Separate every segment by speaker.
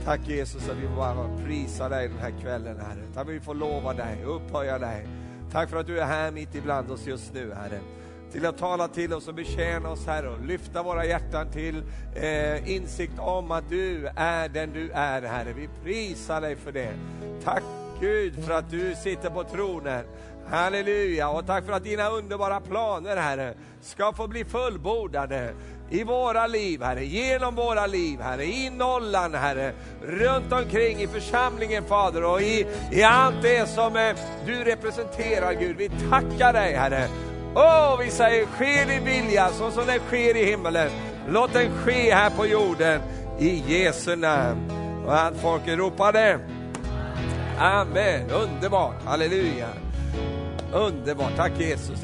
Speaker 1: Tack Jesus att vi bara prisar dig den här kvällen, Herre. Tack för att vi får lova dig, upphöja dig. Tack för att du är här mitt ibland oss just nu, Herre. Till att tala till oss och betjäna oss, Herre, och lyfta våra hjärtan till insikt om att du är den du är, Herre. Vi prisar dig för det. Tack Gud för att du sitter på tronen. Halleluja. Och tack för att dina underbara planer, Herre, ska få bli fullbordade i våra liv, Herre, genom våra liv, Herre, i nollan, Herre, runt omkring i församlingen, Fader, och i allt det som du representerar, Gud. Vi tackar dig, Herre. Vi säger, ske din vilja så som den sker i himmelen. Låt den ske här på jorden i Jesu namn. Och allt folket ropade amen. Underbart, halleluja. Underbart, tack Jesus.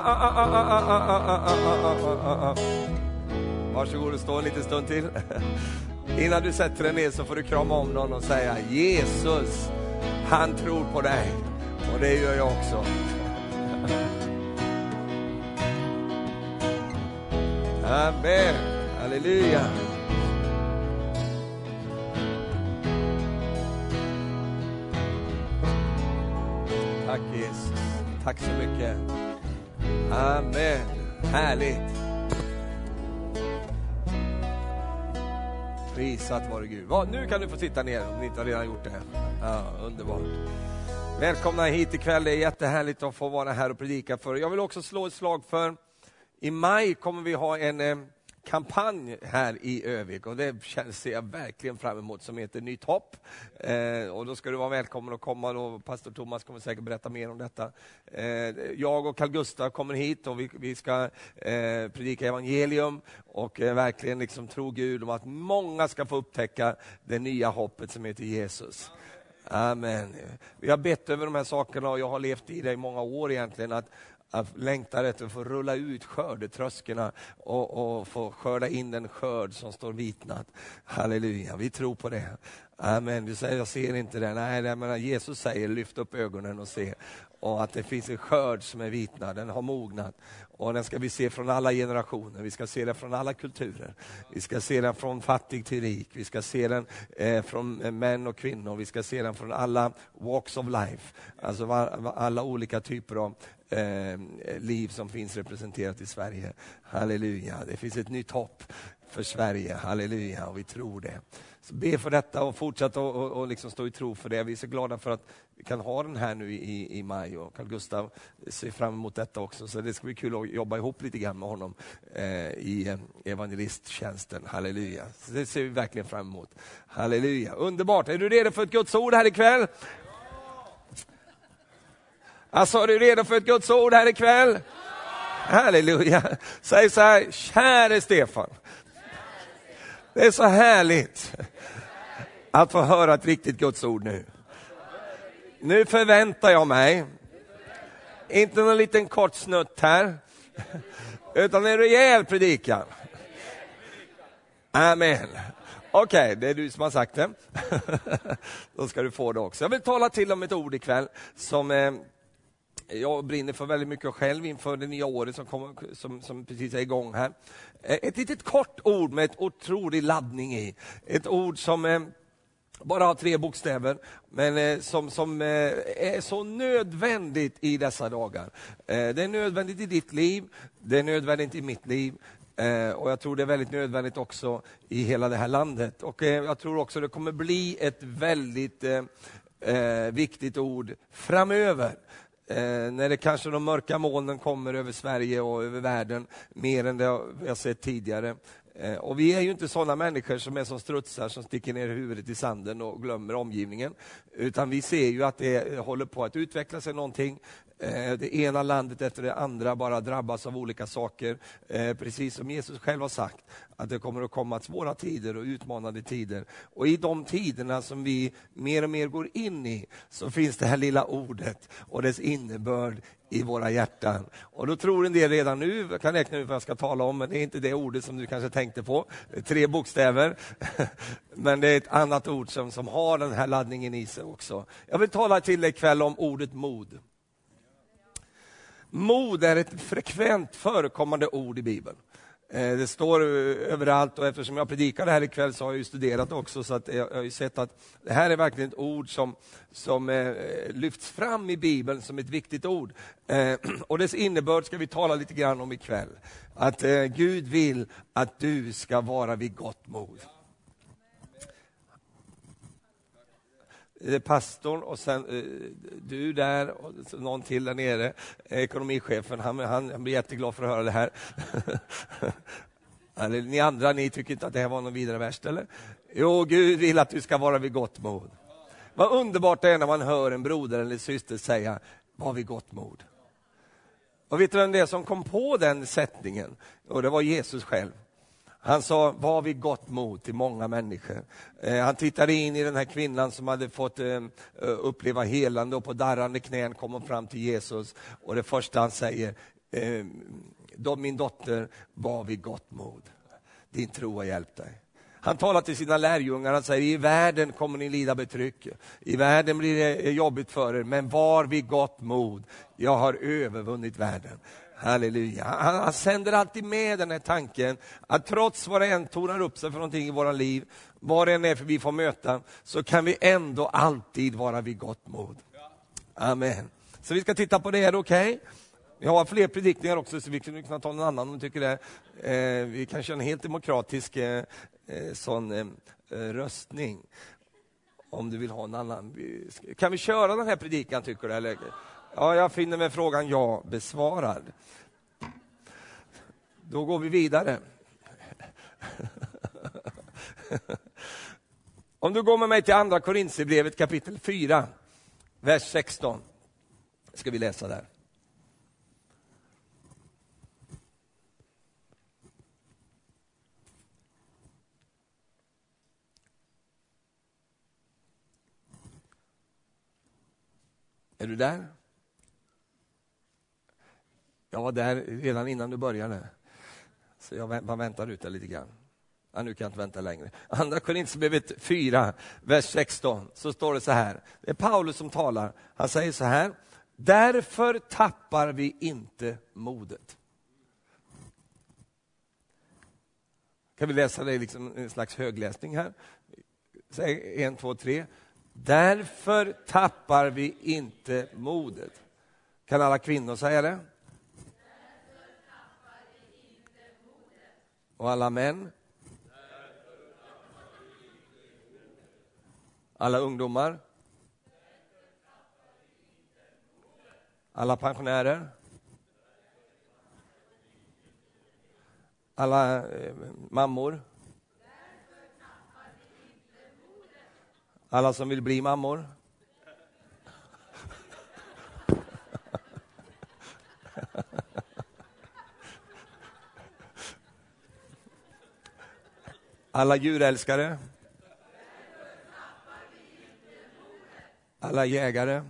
Speaker 1: Varsågod och stå en liten stund till. Innan du sätter dig ner så får du krama om någon och säga, Jesus, han tror på dig. Och det gör jag också. Amen, halleluja. Tack Jesus, tack så mycket. Amen, härligt. Prisat vare Gud. Nu kan du få sitta ner om ni inte har redan gjort det. Ja, underbart. Välkomna hit ikväll, det är jättehärligt att få vara här och predika för. Jag vill också slå ett slag för, i maj kommer vi ha en kampanj här i Övik, och det ser jag verkligen fram emot, som heter Nytt hopp. Och då ska du vara välkommen att komma, och pastor Thomas kommer säkert berätta mer om detta. Jag och Carl Gustaf kommer hit och vi ska predika evangelium och verkligen liksom tro Gud om att många ska få upptäcka det nya hoppet som heter Jesus. Amen. Vi har bett över de här sakerna, och jag har levt i det i många år egentligen, att längtar efter att få rulla ut skördetröskorna och få skörda in den skörd som står vitnat. Halleluja, vi tror på det. Amen, du säger jag ser inte det. Nej, jag menar, Jesus säger lyft upp ögonen och se. Och att det finns en skörd som är vitnad, den har mognat. Och den ska vi se från alla generationer, vi ska se den från alla kulturer. Vi ska se den från fattig till rik, vi ska se den från män och kvinnor. Vi ska se den från alla walks of life, alltså alla olika typer av liv som finns representerat i Sverige. Halleluja, det finns ett nytt hopp för Sverige, halleluja, och vi tror det. Så be för detta och fortsätta och liksom stå i tro för det. Vi är så glada för att vi kan ha den här nu i maj, och Carl Gustaf ser fram emot detta också, så det ska bli kul att jobba ihop lite grann med honom i evangelisttjänsten, halleluja. Så det ser vi verkligen fram emot, halleluja, underbart. Är du redo för ett Guds ord här ikväll? Alltså, är du redo för ett Guds ord här ikväll? Halleluja. Säg så här, käre Stefan. Det är så härligt att få höra ett riktigt Guds ord nu. Nu förväntar jag mig inte någon liten kort snutt här, utan en rejäl predikan. Amen. Okej, det är du som har sagt det. Då ska du få det också. Jag vill tala till om ett ord ikväll som jag brinner för väldigt mycket själv inför det nya året som precis är igång här. Ett litet kort ord med ett otrolig laddning i. Ett ord som bara har 3 bokstäver, men som är så nödvändigt i dessa dagar. Det är nödvändigt i ditt liv, det är nödvändigt i mitt liv. Och jag tror det är väldigt nödvändigt också i hela det här landet. Och jag tror också det kommer bli ett väldigt viktigt ord framöver. När det kanske de mörka molnen kommer över Sverige och över världen mer än det vi har sett tidigare. Och vi är ju inte sådana människor som är som strutsar som sticker ner huvudet i sanden och glömmer omgivningen. Utan vi ser ju att det håller på att utveckla sig någonting. Det ena landet efter det andra bara drabbas av olika saker. Precis som Jesus själv har sagt, att det kommer att komma svåra tider och utmanande tider. Och i de tiderna som vi mer och mer går in i, så finns det här lilla ordet och dess innebörd i våra hjärtan. Och då tror en del redan nu, jag kan räkna ut vad jag ska tala om, men det är inte det ordet som du kanske tänkte på. Det är 3 bokstäver. Men det är ett annat ord som har den här laddningen i sig också. Jag vill tala till dig ikväll om ordet mod. Mod är ett frekvent förekommande ord i Bibeln. Det står överallt, och eftersom jag predikar det här ikväll så har jag ju studerat också, så att jag har ju sett att det här är verkligen ett ord som lyfts fram i Bibeln som ett viktigt ord. Och dess innebörd ska vi tala lite grann om ikväll. Att Gud vill att du ska vara vid gott mod. Det är pastorn och sen du där och någon till där nere, ekonomichefen, han blir jätteglad för att höra det här. Eller, ni andra, ni tycker inte att det här var någon vidare värst, eller? Jo, Gud vill att du ska vara vid gott mod. Vad underbart det är när man hör en broder eller syster säga, var vid gott mod. Och vet du vem det är som kom på den sättningen? Och det var Jesus själv. Han sa, var vid gott mod till många människor. Han tittade in i den här kvinnan som hade fått uppleva helande, och på darrande knän kom hon fram till Jesus. Och det första han säger, min dotter, var vid gott mod. Din tro har hjälpt dig. Han talar till sina lärjungar, han säger, i världen kommer ni lida betryck. I världen blir det jobbigt för er, men var vid gott mod. Jag har övervunnit världen. Halleluja. Han sänder alltid med den här tanken att trots vad det än tonar upp sig för någonting i våra liv, vad det än är för vi får möta, så kan vi ändå alltid vara vid gott mod. Amen. Så vi ska titta på det, är det okej? Vi har fler predikningar också, så vi kan ta någon annan om vi tycker det. Vi kan köra en helt demokratisk sån röstning. Om du vill ha en annan. Kan vi köra den här predikan, tycker du? Eller? Ja, jag finner med frågan ja besvarad. Då går vi vidare. Om du går med mig till andra Korinthierbrevet kapitel 4, vers 16. Ska vi läsa där. Är du där? Jag var där redan innan du började. Så jag bara väntar ut det lite grann. Ja, nu kan jag inte vänta längre. Andra Korinthierbrevet 4, vers 16. Så står det så här. Det är Paulus som talar. Han säger så här. Därför tappar vi inte modet. Kan vi läsa det liksom en slags högläsning här? Säg 1, 2, 3. Därför tappar vi inte modet. Kan alla kvinnor säga det? Och alla män? Alla ungdomar? Alla pensionärer? Alla mammor? Alla som vill bli mammor? Alla djurälskare? Alla jägare?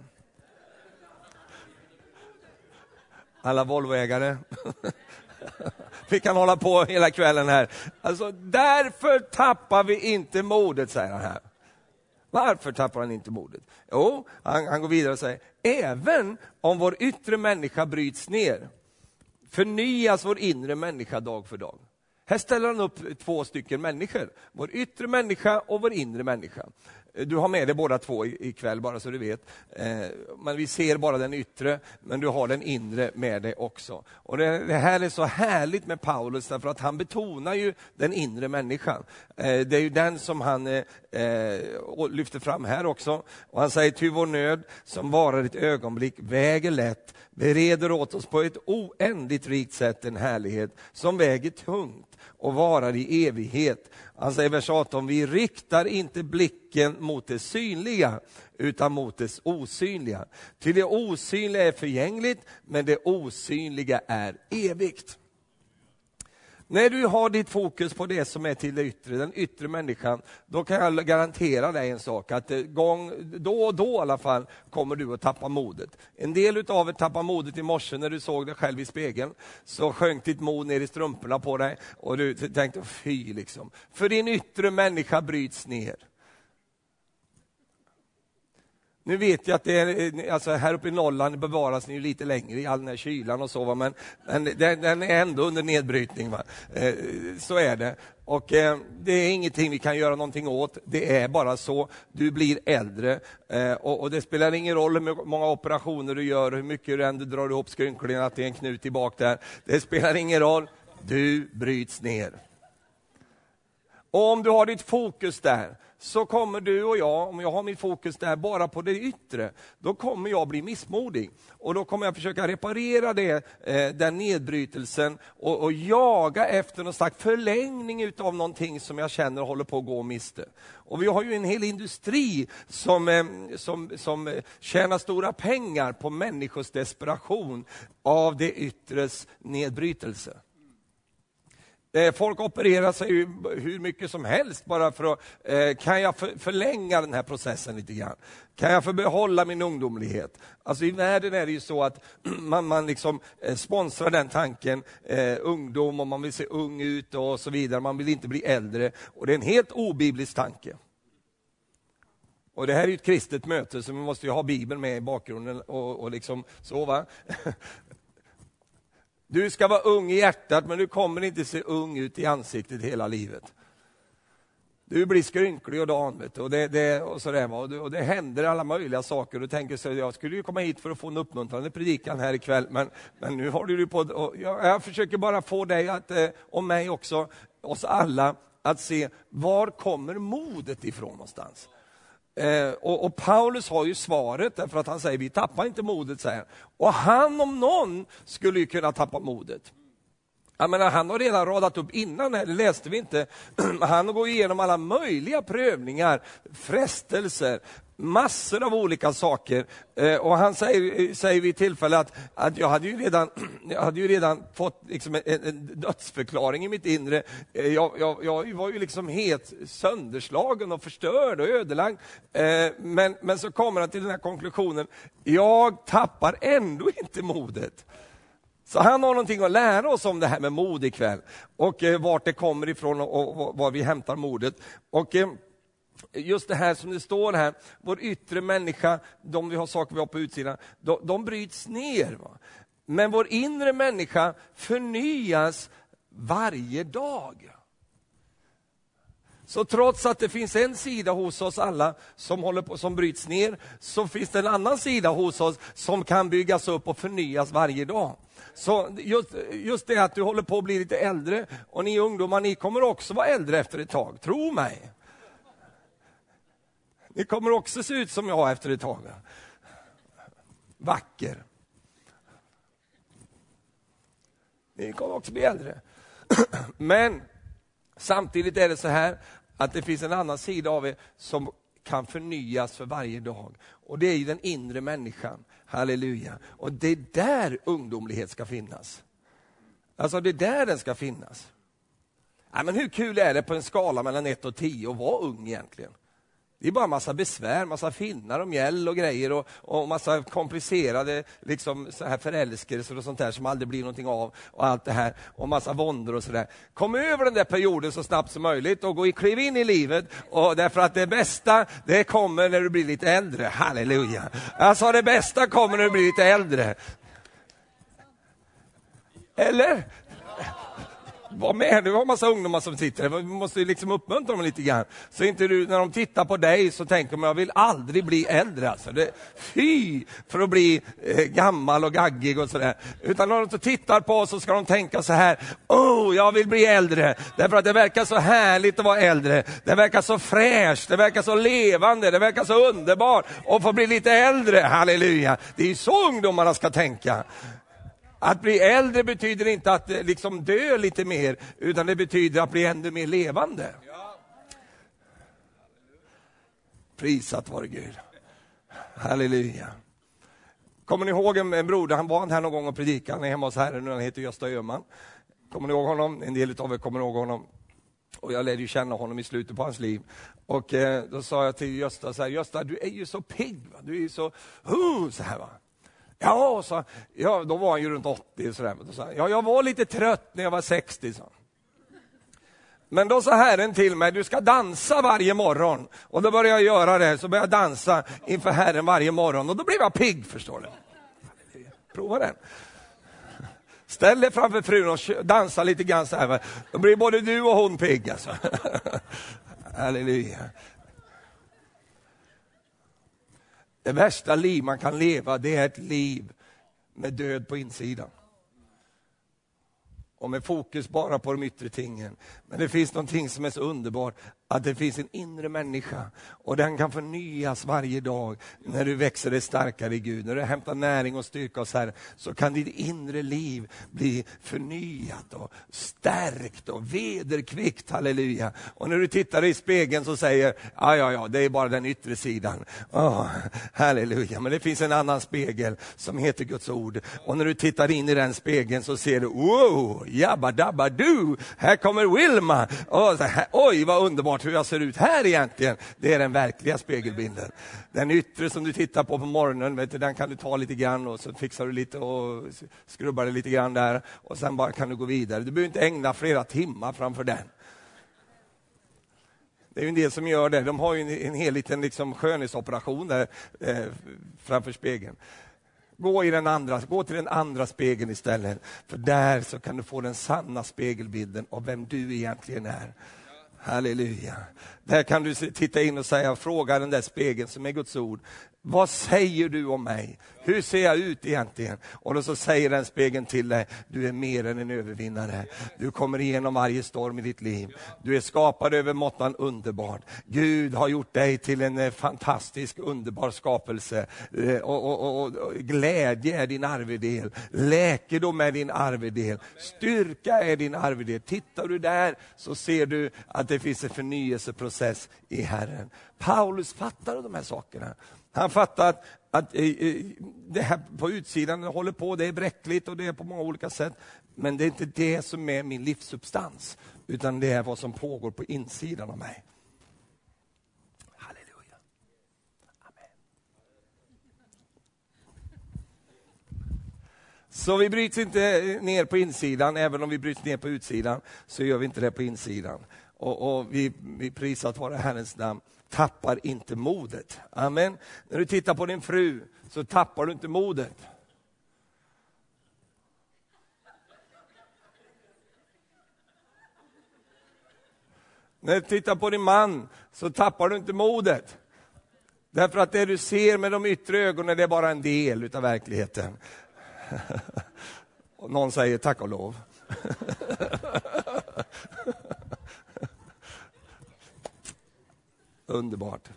Speaker 1: Alla Volvoägare? Vi kan hålla på hela kvällen här. Alltså, därför tappar vi inte modet, säger han här. Varför tappar han inte modet? Jo, han går vidare och säger, även om vår yttre människa bryts ner, förnyas vår inre människa dag för dag. Här ställer han upp 2 stycken människor. Vår yttre människa och vår inre människa. Du har med dig båda 2 ikväll, bara så du vet. Men vi ser bara den yttre, men du har den inre med dig också. Och det här är så härligt med Paulus, därför att han betonar ju den inre människan. Det är ju den som han lyfter fram här också. Och han säger, ty vår nöd som varar ett ögonblick väger lätt, bereder åt oss på ett oändligt rikt sätt en härlighet som väger tungt och varar i evighet. Han säger vers 18, vi riktar inte blicken mot det synliga utan mot det osynliga. Till det osynliga är förgängligt, men det osynliga är evigt. När du har ditt fokus på det som är till det yttre, den yttre människan, då kan jag garantera dig en sak, att då och då i alla fall kommer du att tappa modet. En del utav er tappar modet i morse när du såg dig själv i spegeln, så sjönk ditt mod ner i strumporna på dig och du tänkte, fy liksom. För din yttre människa bryts ner. Nu vet jag att det är, alltså här uppe i Norrland bevaras ni ju lite längre i all den här kylan och så, va? Men den är ändå under nedbrytning. Va? Så är det. Och det är ingenting vi kan göra någonting åt. Det är bara så. Du blir äldre. Och det spelar ingen roll hur många operationer du gör, hur mycket du ändå drar ihop skrynklorna, att det är en knut tillbaka där. Det spelar ingen roll. Du bryts ner. Och om du har ditt fokus där, så kommer du och jag, om jag har mitt fokus där bara på det yttre, då kommer jag bli missmodig. Och då kommer jag försöka reparera det, den nedbrytelsen och jaga efter någon slags förlängning utav någonting som jag känner håller på att gå miste. Och vi har ju en hel industri som tjänar stora pengar på människors desperation av det yttres nedbrytelse. Folk opererar sig ju hur mycket som helst bara för att, kan jag förlänga den här processen lite grann? Kan jag få behålla min ungdomlighet? Alltså i världen är det ju så att man liksom sponsrar den tanken, ungdom, och man vill se ung ut och så vidare. Man vill inte bli äldre, och det är en helt obiblisk tanke. Och det här är ju ett kristet möte, så vi måste ju ha Bibeln med i bakgrunden och liksom så, va? Du ska vara ung i hjärtat, men du kommer inte se ung ut i ansiktet hela livet. Du blir skrynklig och dan, vet du, och sådär, och det händer alla möjliga saker. Du tänker så, jag skulle ju komma hit för att få en uppmuntrande predikan här ikväll, men nu har du på, och jag försöker bara få dig att, och mig också, oss alla, att se var kommer modet ifrån någonstans. Och Paulus har ju svaret, därför att han säger vi tappar inte modet, säger han. Och han om någon skulle ju kunna tappa modet. Jag menar, han har redan radat upp innan, det läste vi inte. Han går igenom alla möjliga prövningar, frestelser, massor av olika saker. Och han säger vid tillfälle att jag hade ju redan fått liksom en dödsförklaring i mitt inre. Jag var ju liksom helt sönderslagen och förstörd och ödelagd. Men så kommer han till den här konklusionen: jag tappar ändå inte modet. Så han har någonting att lära oss om det här med mod ikväll. Och vart det kommer ifrån och var vi hämtar modet. Och just det här som det står här, vår yttre människa, de vi har saker vi har på utsidan, de bryts ner. Va? Men vår inre människa förnyas varje dag. Så trots att det finns en sida hos oss alla som bryts ner, så finns det en annan sida hos oss som kan byggas upp och förnyas varje dag. Så just det att du håller på att bli lite äldre, och ni ungdomar, ni kommer också vara äldre efter ett tag, tro mig. Ni kommer också se ut som jag efter ett tag. Vacker. Ni kommer också bli äldre. Men samtidigt är det så här att det finns en annan sida av er som kan förnyas för varje dag. Och det är ju den inre människan. Halleluja. Och det är där ungdomlighet ska finnas. Alltså det är där den ska finnas. Ja, men hur kul är det på en skala mellan 1 och 10 att vara ung egentligen? Det är bara massa besvär, massa finnar och mjäll och grejer och massa komplicerade liksom så här förälskelser och sånt där som aldrig blir någonting av, och allt det här och massa våndor och sådär. Kom över den där perioden så snabbt som möjligt och kliv in i livet, och därför att det bästa, det kommer när du blir lite äldre. Halleluja. Alltså det bästa kommer när du blir lite äldre. Eller? Var med, det var en massa ungdomar som sitter. Vi måste liksom uppmuntra dem lite grann. Så inte du, när de tittar på dig så tänker de, jag vill aldrig bli äldre. Alltså. Fy för att bli gammal och gaggig och sådär. Utan när de tittar på oss så ska de tänka så här: jag vill bli äldre. Därför att det verkar så härligt att vara äldre. Det verkar så fräscht, det verkar så levande, det verkar så underbart att få bli lite äldre. Halleluja. Det är ju så ungdomarna ska tänka. Att bli äldre betyder inte att liksom dö lite mer, utan det betyder att bli ännu mer levande. Prisat vare Gud. Halleluja. Kommer ni ihåg en broder, han var här någon gång och predikade, han är hemma hos Herren nu, han heter Gösta Öhman. Kommer ni ihåg honom? En del av er kommer ihåg honom. Och jag lärde ju känna honom i slutet på hans liv. Och då sa jag till Gösta så här: Gösta, du är ju så pigg, va? Du är ju så så här, va? Ja, så, ja, då var han ju runt 80 och sådär. Så, ja, jag var lite trött när jag var 60. Så. Men då sa Herren till mig, du ska dansa varje morgon. Och då började jag göra det, så började jag dansa inför Herren varje morgon. Och då blev jag pigg, förstår du. Prova den. Ställ dig framför frun och dansa lite grann så här. Då blir både du och hon pigg alltså. Halleluja. Det värsta liv man kan leva, det är ett liv med död på insidan. Och med fokus bara på de yttre tingen. Men det finns någonting som är så underbart. Att det finns en inre människa. Och den kan förnyas varje dag. När du växer dig starkare i Gud. När du hämtar näring och styrka hos Herren. Så kan ditt inre liv bli förnyat och stärkt och vederkvickt. Halleluja. Och när du tittar i spegeln så säger ja, det är bara den yttre sidan. Halleluja. Men det finns en annan spegel som heter Guds ord. Och när du tittar in i den spegeln så ser du, wow, jabba dabba du. Här kommer Wilma. Oj, vad underbart hur jag ser ut här egentligen. Det är den verkliga spegelbilden. Den yttre som du tittar på morgonen, vet du, den kan du ta lite grann och så fixar du lite och skrubbar det lite grann där. Och sen bara kan du gå vidare. Du behöver inte ägna flera timmar framför den. Det är ju en del som gör det. De har ju en hel liten liksom skönhetsoperation där framför spegeln. Gå till den andra spegeln istället. För där så kan du få den sanna spegelbilden av vem du egentligen är. Halleluja. Där kan du titta in och säga, fråga den där spegeln som är Guds ord. Vad säger du om mig? Hur ser jag ut egentligen? Och då så säger den spegeln till dig, du är mer än en övervinnare. Du kommer igenom varje storm i ditt liv. Du är skapad över måttan underbart. Gud har gjort dig till en fantastisk, underbar skapelse. Och glädje är din arvedel. Läkedom är din arvedel. Styrka är din arvedel. Tittar du där så ser du att det finns en förnyelseprocess i Herren. Paulus fattar de här sakerna. Han fattar att det här på utsidan håller på, det är bräckligt och det är på många olika sätt. Men det är inte det som är min livssubstans, utan det är vad som pågår på insidan av mig. Halleluja. Amen. Så vi bryts inte ner på insidan, även om vi bryts ner på utsidan så gör vi inte det på insidan. Och vi prisar att vara Herrens namn. Tappar inte modet. Amen. När du tittar på din fru så tappar du inte modet. När du tittar på din man så tappar du inte modet. Därför att det du ser med de yttre ögonen, det är bara en del av verkligheten. Och någon säger tack och lov. Underbart.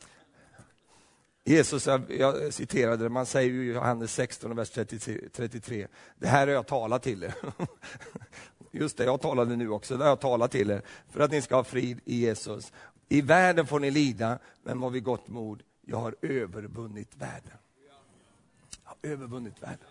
Speaker 1: Jesus, jag citerade det, man säger ju i Johannes 16, vers 33. Det här har jag talat till er. Just det, jag talade nu också. Det har jag talat till er. För att ni ska ha frid i Jesus. I världen får ni lida, men var vid gott mod. Jag har övervunnit världen. Jag har övervunnit världen.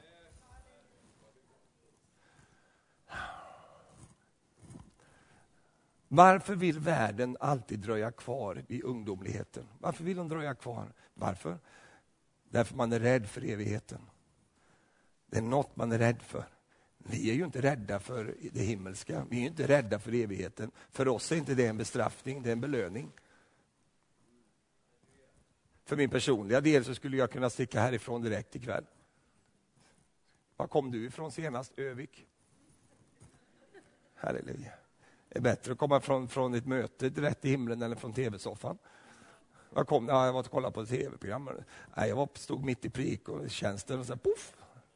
Speaker 1: Varför vill världen alltid dröja kvar i ungdomligheten? Varför vill de dröja kvar? Varför? Därför man är rädd för evigheten. Det är något man är rädd för. Vi är ju inte rädda för det himmelska. Vi är inte rädda för evigheten. För oss är inte det en bestraffning, det är en belöning. För min personliga del så skulle jag kunna sticka härifrån direkt ikväll. Var kom du ifrån senast? Övik? Halleluja. Det är bättre att komma från ett möte direkt i himlen eller från tv-soffan. Jag var och kollade på ett tv-program. Jag stod mitt i prik och tjänsten och så poff.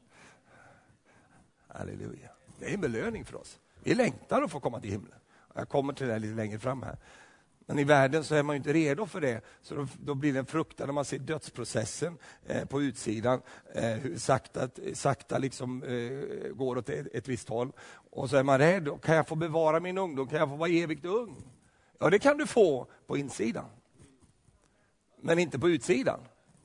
Speaker 1: Halleluja. Det är en belöning för oss. Vi längtar att få komma till himlen. Jag kommer till det lite längre fram här. Men i världen så är man ju inte redo för det. Så då blir det en fruktan när man ser dödsprocessen på utsidan. Hur sakta liksom, går åt ett visst håll. Och så är man rädd. Kan jag få bevara min ungdom? Kan jag få vara evigt ung? Ja, det kan du få på insidan. Men inte på utsidan.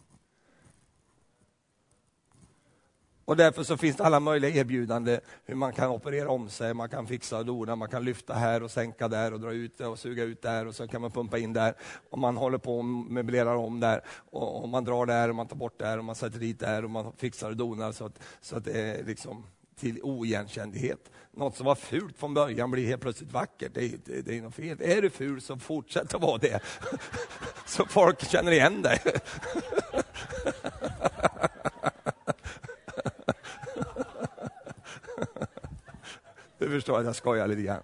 Speaker 1: Och därför så finns det alla möjliga erbjudanden hur man kan operera om sig, man kan fixa och dona, man kan lyfta här och sänka där och dra ut det och suga ut där och så kan man pumpa in där. Och man håller på och möblerar om där och man drar där och man tar bort där och man sätter dit där och man fixar och donar så att det är liksom till oigenkännlighet. Något som var fult från början blir helt plötsligt vackert. Det är något fel. Är du ful så fortsätt att vara det. Så folk känner igen dig. Du förstår att jag skojar lite grann.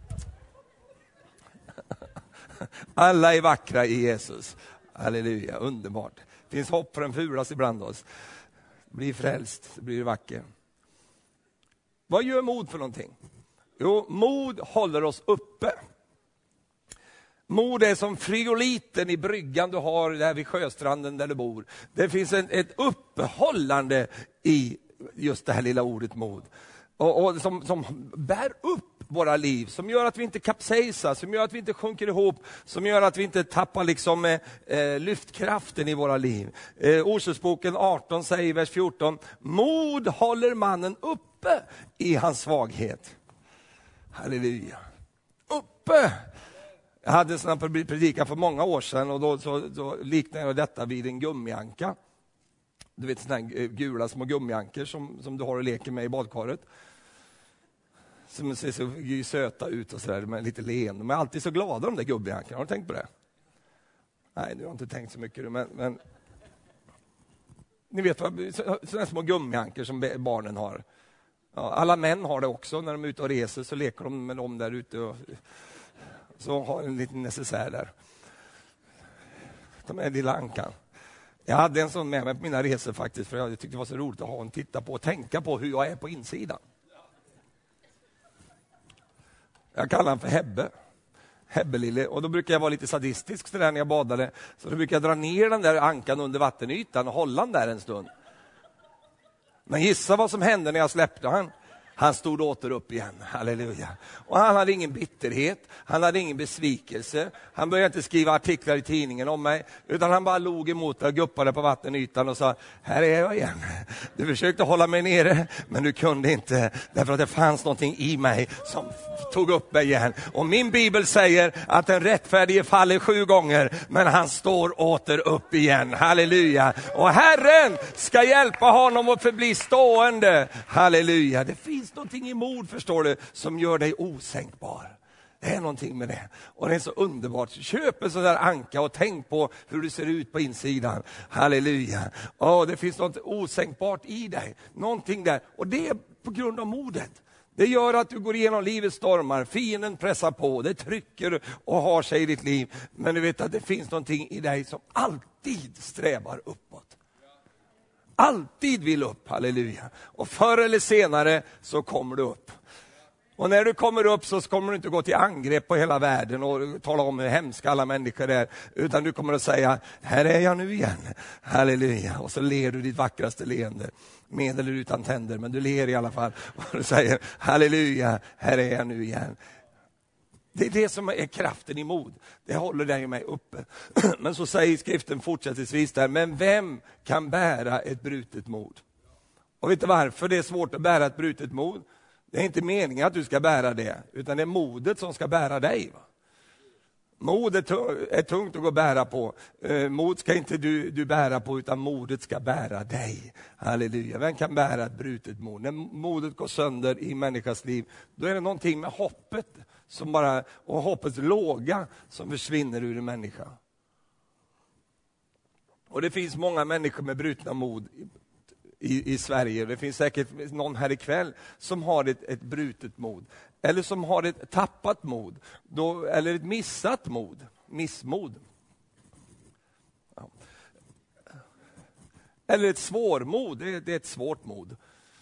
Speaker 1: Alla är vackra i Jesus. Halleluja, underbart. Det finns hopp för den fulaste ibland oss. Bli frälst, så blir du vacker. Vad gör mod för någonting? Jo, mod håller oss uppe. Mod är som frigoliten i bryggan du har där vid sjöstranden där du bor. Det finns ett uppehållande i just det här lilla ordet mod. Och som bär upp våra liv, som gör att vi inte kapsejsar, som gör att vi inte sjunker ihop, som gör att vi inte tappar liksom lyftkraften i våra liv. Ordspråksboken 18 säger i vers 14: mod håller mannen uppe i hans svaghet. Halleluja. Uppe! Jag hade en sån här predikan för många år sedan, och då liknade jag detta vid en gummianka. Du vet såna här gula små gummiankor som du har och leker med i badkaret. Som ser så söta ut och sådär, men lite leende. De är alltid så glada, de där gummiankorna. Har du tänkt på det? Nej, du har inte tänkt så mycket. Men ni vet sådana små gummiankor som barnen har. Ja, alla män har det också. När de är ute och reser så leker de med dem där ute. Och så har en liten necessär där. De är lilla ankan. Jag hade en sån med mig på mina resor faktiskt, för jag tyckte det var så roligt att ha en titta på och tänka på hur jag är på insidan. Jag kallar han för Hebbe-lille, och då brukar jag vara lite sadistisk så där när jag badade. Så då brukar jag dra ner den där ankan under vattenytan och hålla den där en stund. Men gissa vad som hände när jag släppte han. Han stod åter upp igen, halleluja. Och han hade ingen bitterhet, han hade ingen besvikelse. Han började inte skriva artiklar i tidningen om mig, utan han bara log emot och guppade på vattenytan och sa: här är jag igen. Du försökte hålla mig nere, men du kunde inte, därför att det fanns någonting i mig som tog upp mig igen. Och min bibel säger att den rättfärdige faller 7 gånger, men han står åter upp igen, halleluja. Och Herren ska hjälpa honom att förbli stående, halleluja. Det finns någonting i mod, förstår du, som gör dig osänkbar. Det är någonting med det. Och det är så underbart. Köp en sån där anka och tänk på hur du ser ut på insidan. Halleluja. Det finns något osänkbart i dig. Någonting där. Och det är på grund av modet. Det gör att du går igenom livets stormar. Fienden pressar på. Det trycker och har sig i ditt liv. Men du vet att det finns någonting i dig som alltid strävar uppåt. Alltid vill upp, halleluja. Och förr eller senare så kommer du upp. Och när du kommer upp så kommer du inte gå till angrepp på hela världen och tala om hur hemska alla människor är. Utan du kommer att säga: här är jag nu igen, halleluja. Och så ler du ditt vackraste leende. Med eller utan tänder, men du ler i alla fall. Och du säger: halleluja, här är jag nu igen. Det är det som är kraften i mod. Det håller dig och mig uppe. Men så säger skriften fortsättningsvis där: men vem kan bära ett brutet mod? Och vet du varför det är svårt att bära ett brutet mod? Det är inte meningen att du ska bära det, utan det är modet som ska bära dig. Modet är tungt att gå och bära på. Mod ska inte du bära på, utan modet ska bära dig. Halleluja. Vem kan bära ett brutet mod? När modet går sönder i människas liv, då är det någonting med hoppet och hoppets låga som försvinner ur en människa. Och det finns många människor med brutna mod i Sverige. Det finns säkert någon här ikväll som har ett brutet mod. Eller som har ett tappat mod. Eller ett missat mod. Missmod. Ja. Eller ett svårmod. Det är ett svårt mod.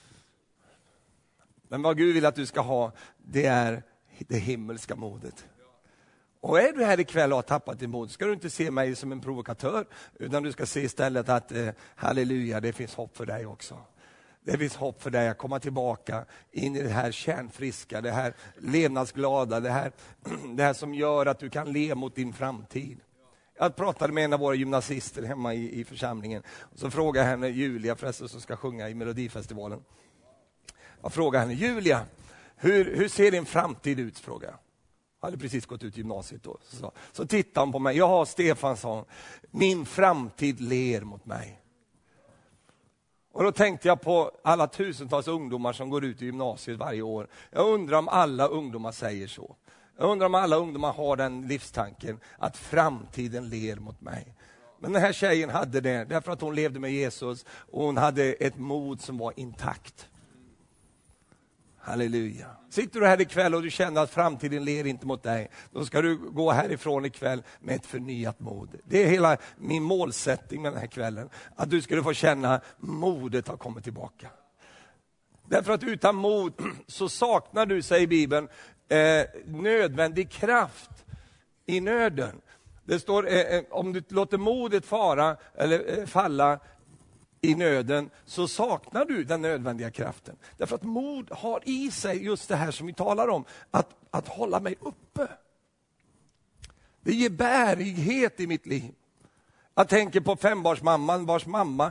Speaker 1: Men vad Gud vill att du ska ha, det är det himmelska modet. Och är du här ikväll och har tappat din mod, ska du inte se mig som en provokatör, utan du ska se istället att halleluja, det finns hopp för dig också. Det finns hopp för dig att komma tillbaka in i det här kärnfriska, det här levnadsglada, det här som gör att du kan le mot din framtid. Jag pratade med en av våra gymnasister hemma i församlingen. Och så frågade jag henne, Julia förresten, som ska sjunga i Melodifestivalen. Jag frågade henne: Julia, hur ser din framtid ut? Frågade jag. Jag hade precis gått ut gymnasiet då. Så tittade hon på mig. Ja, Stefansson, min framtid ler mot mig. Och då tänkte jag på alla tusentals ungdomar som går ut i gymnasiet varje år. Jag undrar om alla ungdomar säger så. Jag undrar om alla ungdomar har den livstanken att framtiden ler mot mig. Men den här tjejen hade det därför att hon levde med Jesus och hon hade ett mod som var intakt. Halleluja. Sitter du här ikväll och du känner att framtiden ler inte mot dig, då ska du gå härifrån ikväll med ett förnyat mod. Det är hela min målsättning med den här kvällen. Att du skulle få känna modet har kommit tillbaka. Därför att utan mod så saknar du, säger Bibeln, nödvändig kraft i nöden. Det står, om du låter modet falla i nöden, så saknar du den nödvändiga kraften. Därför att mod har i sig just det här som vi talar om, att hålla mig uppe. Det ger bärighet i mitt liv. Jag tänker på fembarnsmamman vars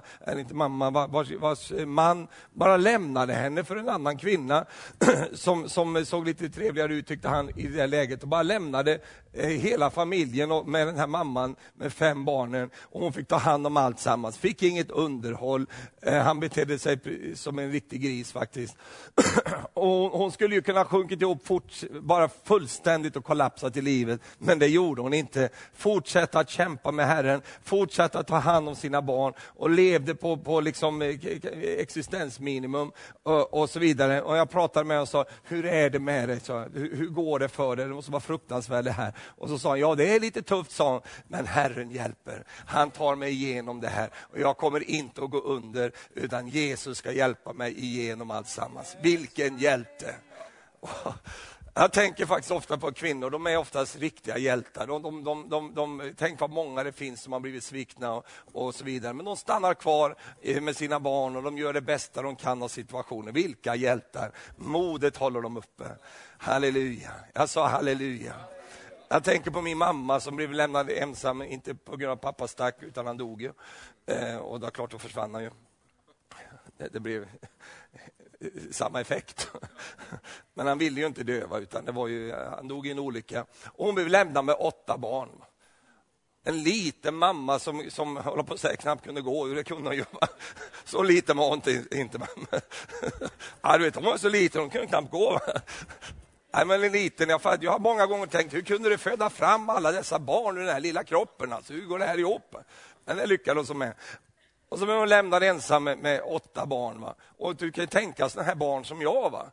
Speaker 1: man bara lämnade henne för en annan kvinna som såg lite trevligare ut, tyckte han i det läget, och bara lämnade hela familjen och med den här mamman med 5 barnen, och hon fick ta hand om allt sammans, fick inget underhåll, han betedde sig som en riktig gris faktiskt. Och hon skulle ju kunna sjunkit ihop bara fullständigt och kollapsat i livet, men det gjorde hon inte. Fortsätta att kämpa med Herren, fortsatte att ta hand om sina barn och levde på liksom existensminimum och så vidare. Och jag pratade med honom och sa, hur är det med dig? Hur går det för dig? Det måste vara fruktansvärt det här. Och så sa han, ja det är lite tufft, sa han, men Herren hjälper. Han tar mig igenom det här och jag kommer inte att gå under, utan Jesus ska hjälpa mig igenom allt sammans. Vilken hjälte! Jag tänker faktiskt ofta på kvinnor, de är oftast riktiga hjältar. De tänker på många det finns som har blivit svikna och så vidare. Men de stannar kvar med sina barn och de gör det bästa de kan av situationen. Vilka hjältar! Modet håller dem uppe. Halleluja! Jag sa halleluja. Jag tänker på min mamma som blev lämnad ensam, inte på grund av pappa stack, utan han dog ju. Och då klart då försvann han ju. Det blev samma effekt. Men han ville ju inte döva, utan det var ju, han dog i en olycka. Och hon blev lämnad med 8 barn. En liten mamma som håller på att säga knappt kunde gå, hur det kunde hon göra. Så liten var hon inte mamma. Ja, du vet, hon var så liten, hon kunde knappt gå. Nej, men en liten, jag har många gånger tänkt, hur kunde det föda fram alla dessa barn i den här lilla kroppen? Alltså, hur går det här ihop? Men det lyckades hon med. Och så blev hon lämnad ensam med 8 barn. Va? Och du kan ju tänka sådana här barn som jag. Va?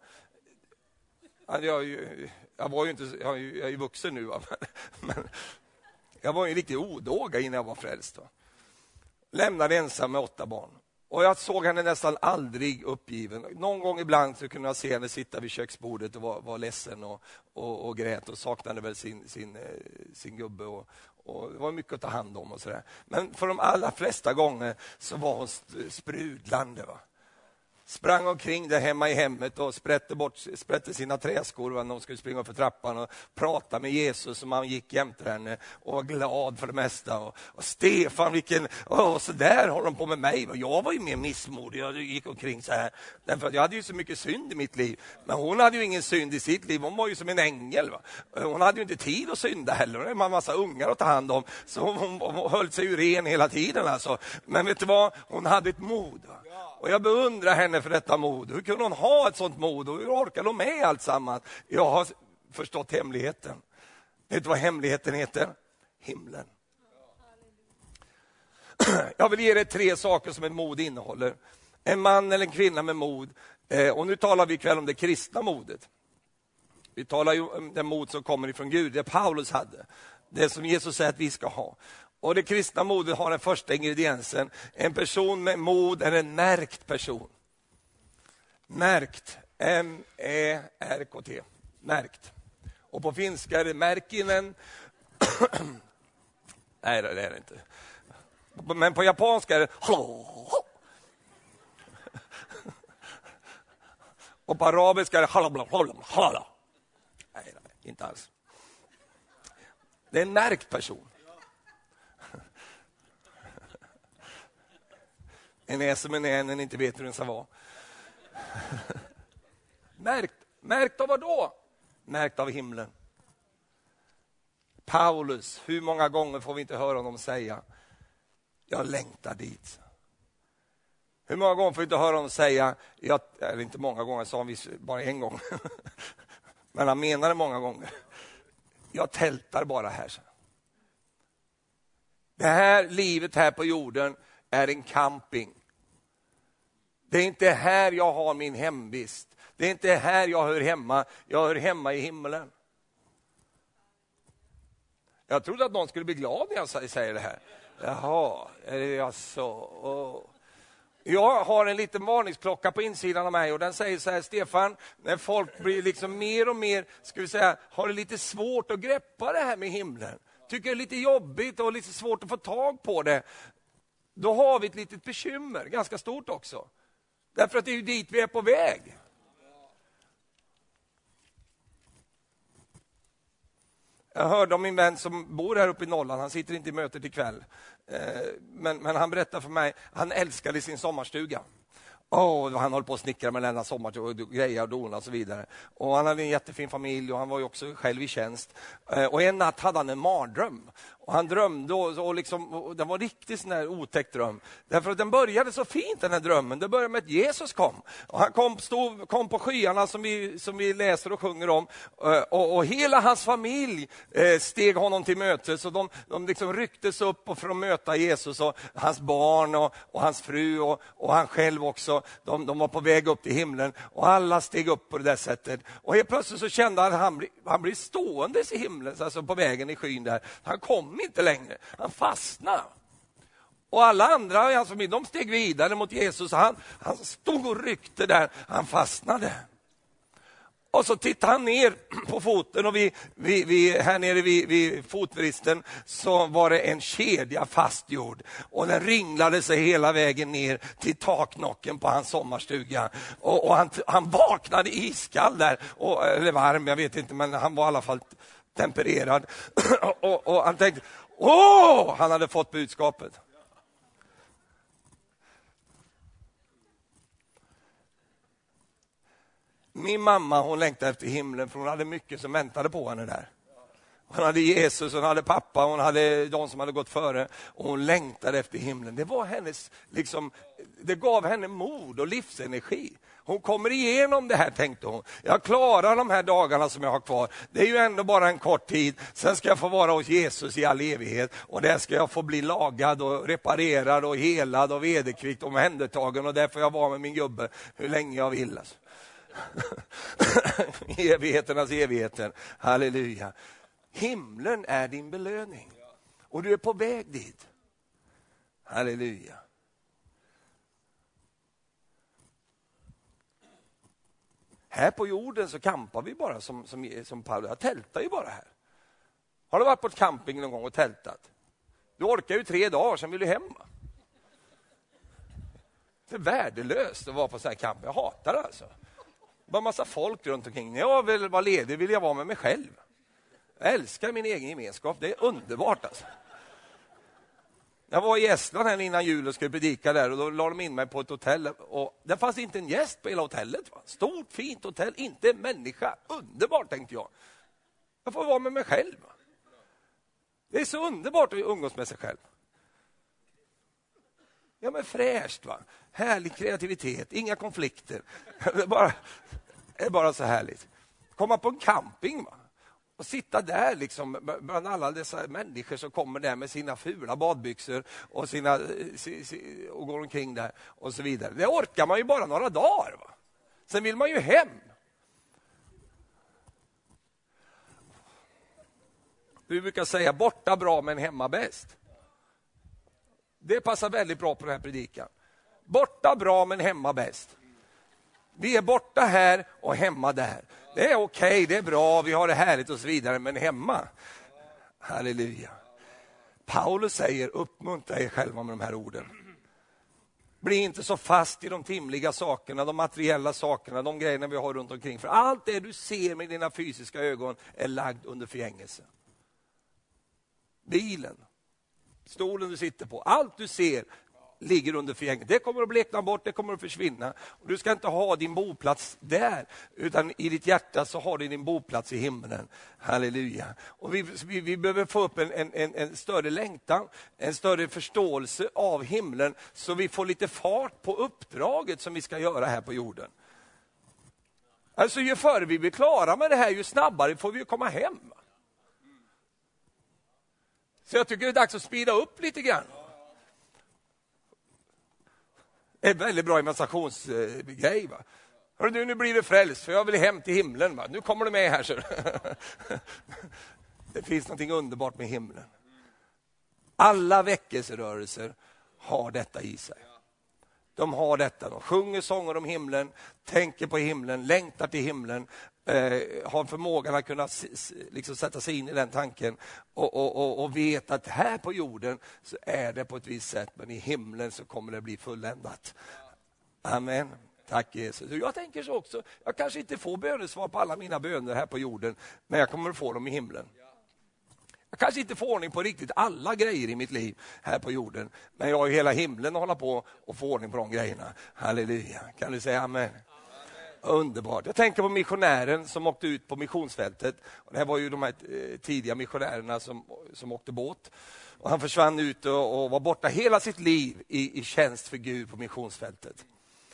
Speaker 1: Jag var ju inte, jag är ju vuxen nu. Va? Men jag var ju en riktig odåga innan jag var frälst. Va? Lämnad ensam med 8 barn. Och jag såg henne nästan aldrig uppgiven. Någon gång ibland så kunde jag se henne sitta vid köksbordet och var ledsen och grät och saknade väl sin gubbe. Och det var mycket att ta hand om och sådär. Men för de allra flesta gånger så var hon sprudlande. Va? Sprang omkring där hemma i hemmet och sprätte sina träskor när hon skulle springa upp för trappan och prata med Jesus som han gick jämte henne och var glad för det mesta. Och Stefan, så där håller de på med mig. Jag var ju mer missmodig, jag gick omkring så här. Därför att jag hade ju så mycket synd i mitt liv. Men hon hade ju ingen synd i sitt liv, hon var ju som en ängel. Va? Hon hade ju inte tid att synda heller, det var en massa ungar att ta hand om. Så hon höll sig ju ren hela tiden. Alltså. Men vet du vad, hon hade ett mod. Va? Och jag beundrar henne för detta mod. Hur kunde hon ha ett sånt mod? Och hur orkade hon med allt sammans? Jag har förstått hemligheten. Vet du vad hemligheten heter? Himlen. Jag vill ge dig 3 saker som ett mod innehåller. En man eller en kvinna med mod. Och nu talar vi ikväll om det kristna modet. Vi talar ju om det mod som kommer ifrån Gud. Det Paulus hade. Det som Jesus säger att vi ska ha. Och det kristna modet har den första ingrediensen. En person med mod är en märkt person. Märkt. M-E-R-K-T. Märkt. Och på finska är det märkinen. Nej, det är det inte. Men på japanska är det och på arabiska är det halabla. Nej, inte alls. Det är en märkt person. En är som en inte vet hur den ska vara. Märkt av vad då? Märkt av himlen. Paulus, hur många gånger får vi inte höra honom säga, jag längtar dit. Hur många gånger får vi inte höra honom säga, eller inte många gånger, sa han bara en gång. Men han menar det många gånger. Jag tältar bara här. Det här livet här på jorden är en camping. Det är inte här jag har min hemvist. Det är inte här jag hör hemma. Jag hör hemma i himlen. Jag trodde att någon skulle bli glad när jag säger det här. Jaha, är det jag så? Jag har en liten varningsklocka på insidan av mig och den säger så här: Stefan, när folk blir liksom mer och mer, ska vi säga, har det lite svårt att greppa det här med himlen, tycker det är lite jobbigt och lite svårt att få tag på det, då har vi ett litet bekymmer, ganska stort också. Därför att det är ju dit vi är på väg. Jag hörde om min vän som bor här uppe i Norrland. Han sitter inte i mötet ikväll. Men han berättar för mig, han älskade sin sommarstuga. Han höll på att snickra med denna sommar och grejer och dona och så vidare. Och han hade en jättefin familj och han var ju också själv i tjänst. Och en natt hade han en mardröm. Och han drömde och den var riktigt sån här otäck dröm. Därför att den började så fint, den här drömmen. Det började med att Jesus kom. Och han kom på skyarna som vi läser och sjunger om. Och hela hans familj steg honom till möte. Så de liksom rycktes upp för att möta Jesus. Och hans barn och hans fru och han själv också. De var på väg upp till himlen. Och alla steg upp på det där sättet. Och helt plötsligt så kände han att han blir stående i himlen. Alltså på vägen i skyn där. Han kom inte längre. Han fastnade. Och alla andra i hans familj, de steg vidare mot Jesus. Han stod och ryckte där. Han fastnade. Och så tittade han ner på foten och här nere vid fotvristen så var det en kedja fastgjord. Och den ringlade sig hela vägen ner till taknocken på hans sommarstuga. Och han vaknade iskall där. Eller varm, jag vet inte, men han var i alla fall tempererad. Och han tänkte, han hade fått budskapet. Min mamma, hon längtade efter himlen för hon hade mycket som väntade på henne där. Hon hade Jesus, hon hade pappa, hon hade de som hade gått före. Och hon längtade efter himlen. Det var hennes, det gav henne mod och livsenergi. Hon kommer igenom det här, tänkte hon. Jag klarar de här dagarna som jag har kvar. Det är ju ändå bara en kort tid. Sen ska jag få vara hos Jesus i all evighet. Och där ska jag få bli lagad och reparerad och helad och vederkvitt och omhändertagen. Och där får jag vara med min gubbe hur länge jag vill. Alltså. Evigheternas evigheter. Halleluja. Himlen är din belöning. Och du är på väg dit. Halleluja. Här på jorden så kampar vi bara som Paulus. Jag tältar ju bara här. Har du varit på ett camping någon gång och tältat? Du orkar ju 3 dagar, sen vill du hem. Det är värdelöst att vara på så här camping. Jag hatar det alltså. Bara massa folk runt omkring. När jag vill vara ledig vill jag vara med mig själv. Jag älskar min egen gemenskap. Det är underbart alltså. Jag var i Estland här innan jul och skulle predika där. Och då la de in mig på ett hotell. Och det fanns inte en gäst på hela hotellet. Va? Stort, fint hotell. Inte en människa. Underbart, tänkte jag. Jag får vara med mig själv. Va? Det är så underbart att umgås med sig själv. Ja, men fräscht, va? Härlig kreativitet, inga konflikter. Det är bara så härligt. Komma på en camping, va? Och sitta där liksom bland alla dessa människor som kommer där med sina fula badbyxor och och går omkring där och så vidare. Det orkar man ju bara några dagar, va? Sen vill man ju hem. Vi brukar säga borta bra men hemma bäst. Det passar väldigt bra på den här predikan. Borta bra men hemma bäst. Vi är borta här och hemma där. Det är okej, det är bra, vi har det härligt och så vidare, men hemma. Halleluja. Paulus säger, uppmuntra er själva med de här orden. Bli inte så fast i de timliga sakerna, de materiella sakerna, de grejerna vi har runt omkring. För allt det du ser med dina fysiska ögon är lagd under förgängelse. Bilen, stolen du sitter på, allt du ser ligger under förgänglighet. Det kommer att blekna bort, det kommer att försvinna. Och du ska inte ha din boplats där, utan i ditt hjärta så har du din boplats i himlen. Halleluja. Och vi behöver få upp en större längtan, en större förståelse av himlen, så vi får lite fart på uppdraget som vi ska göra här på jorden. Alltså ju förr vi blir klara med det här, ju snabbare får vi komma hem. Så jag tycker det är dags att speeda upp lite grann. Det är väldigt bra imaginationsgrej, va? Hör du, nu blir du frälst för jag vill hem till himlen, va? Nu kommer du med här. Så. Det finns något underbart med himlen. Alla väckelserörelser har detta i sig. De har detta, de sjunger sånger om himlen, tänker på himlen, längtar till himlen, har förmågan att kunna liksom sätta sig in i den tanken och vet att här på jorden så är det på ett visst sätt, men i himlen så kommer det bli fulländat. Amen. Tack Jesus. Jag tänker så också, jag kanske inte får bönesvar på alla mina böner här på jorden, men jag kommer att få dem i himlen. Jag kanske inte får ordning på riktigt alla grejer i mitt liv här på jorden, men jag har ju hela himlen att hålla på och få ordning på de grejerna. Halleluja. Kan du säga amen? Underbart. Jag tänker på missionären som åkte ut på missionsfältet. Och det här var ju de här tidiga missionärerna som åkte båt. Och han försvann ut och var borta hela sitt liv i tjänst för Gud på missionsfältet.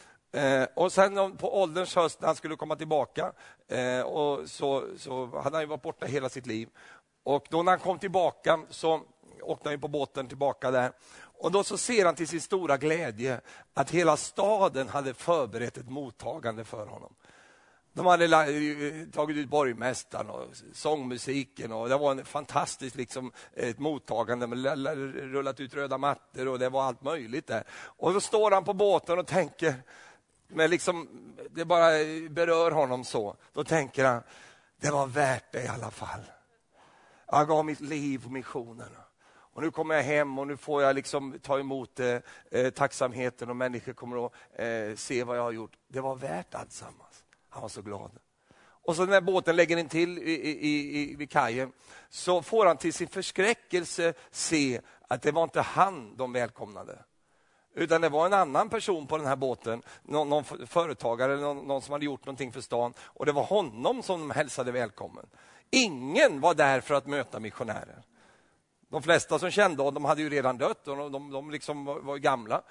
Speaker 1: Och sen på ålderns höst när han skulle komma tillbaka och så hade han ju varit borta hela sitt liv. Och då när han kom tillbaka så åkte han på båten tillbaka där. Och då så ser han till sin stora glädje att hela staden hade förberett ett mottagande för honom. De hade tagit ut borgmästaren och sångmusiken och det var en fantastiskt liksom, ett mottagande med rullat ut röda mattor och det var allt möjligt där. Och då står han på båten och tänker, men liksom, det bara berör honom så. Då tänker han, det var värt det i alla fall. Jag gav mitt liv på missionen. Och nu kommer jag hem och nu får jag liksom ta emot tacksamheten och människor kommer att se vad jag har gjort. Det var värt alltsammans. Han var så glad. Och så när båten lägger in till vid kajen så får han till sin förskräckelse se att det var inte han de välkomnade. Utan det var en annan person på den här båten, någon företagare, någon som hade gjort någonting för stan. Och det var honom som de hälsade välkommen. Ingen var där för att möta missionärer. De flesta som kände honom hade ju redan dött och de liksom var gamla.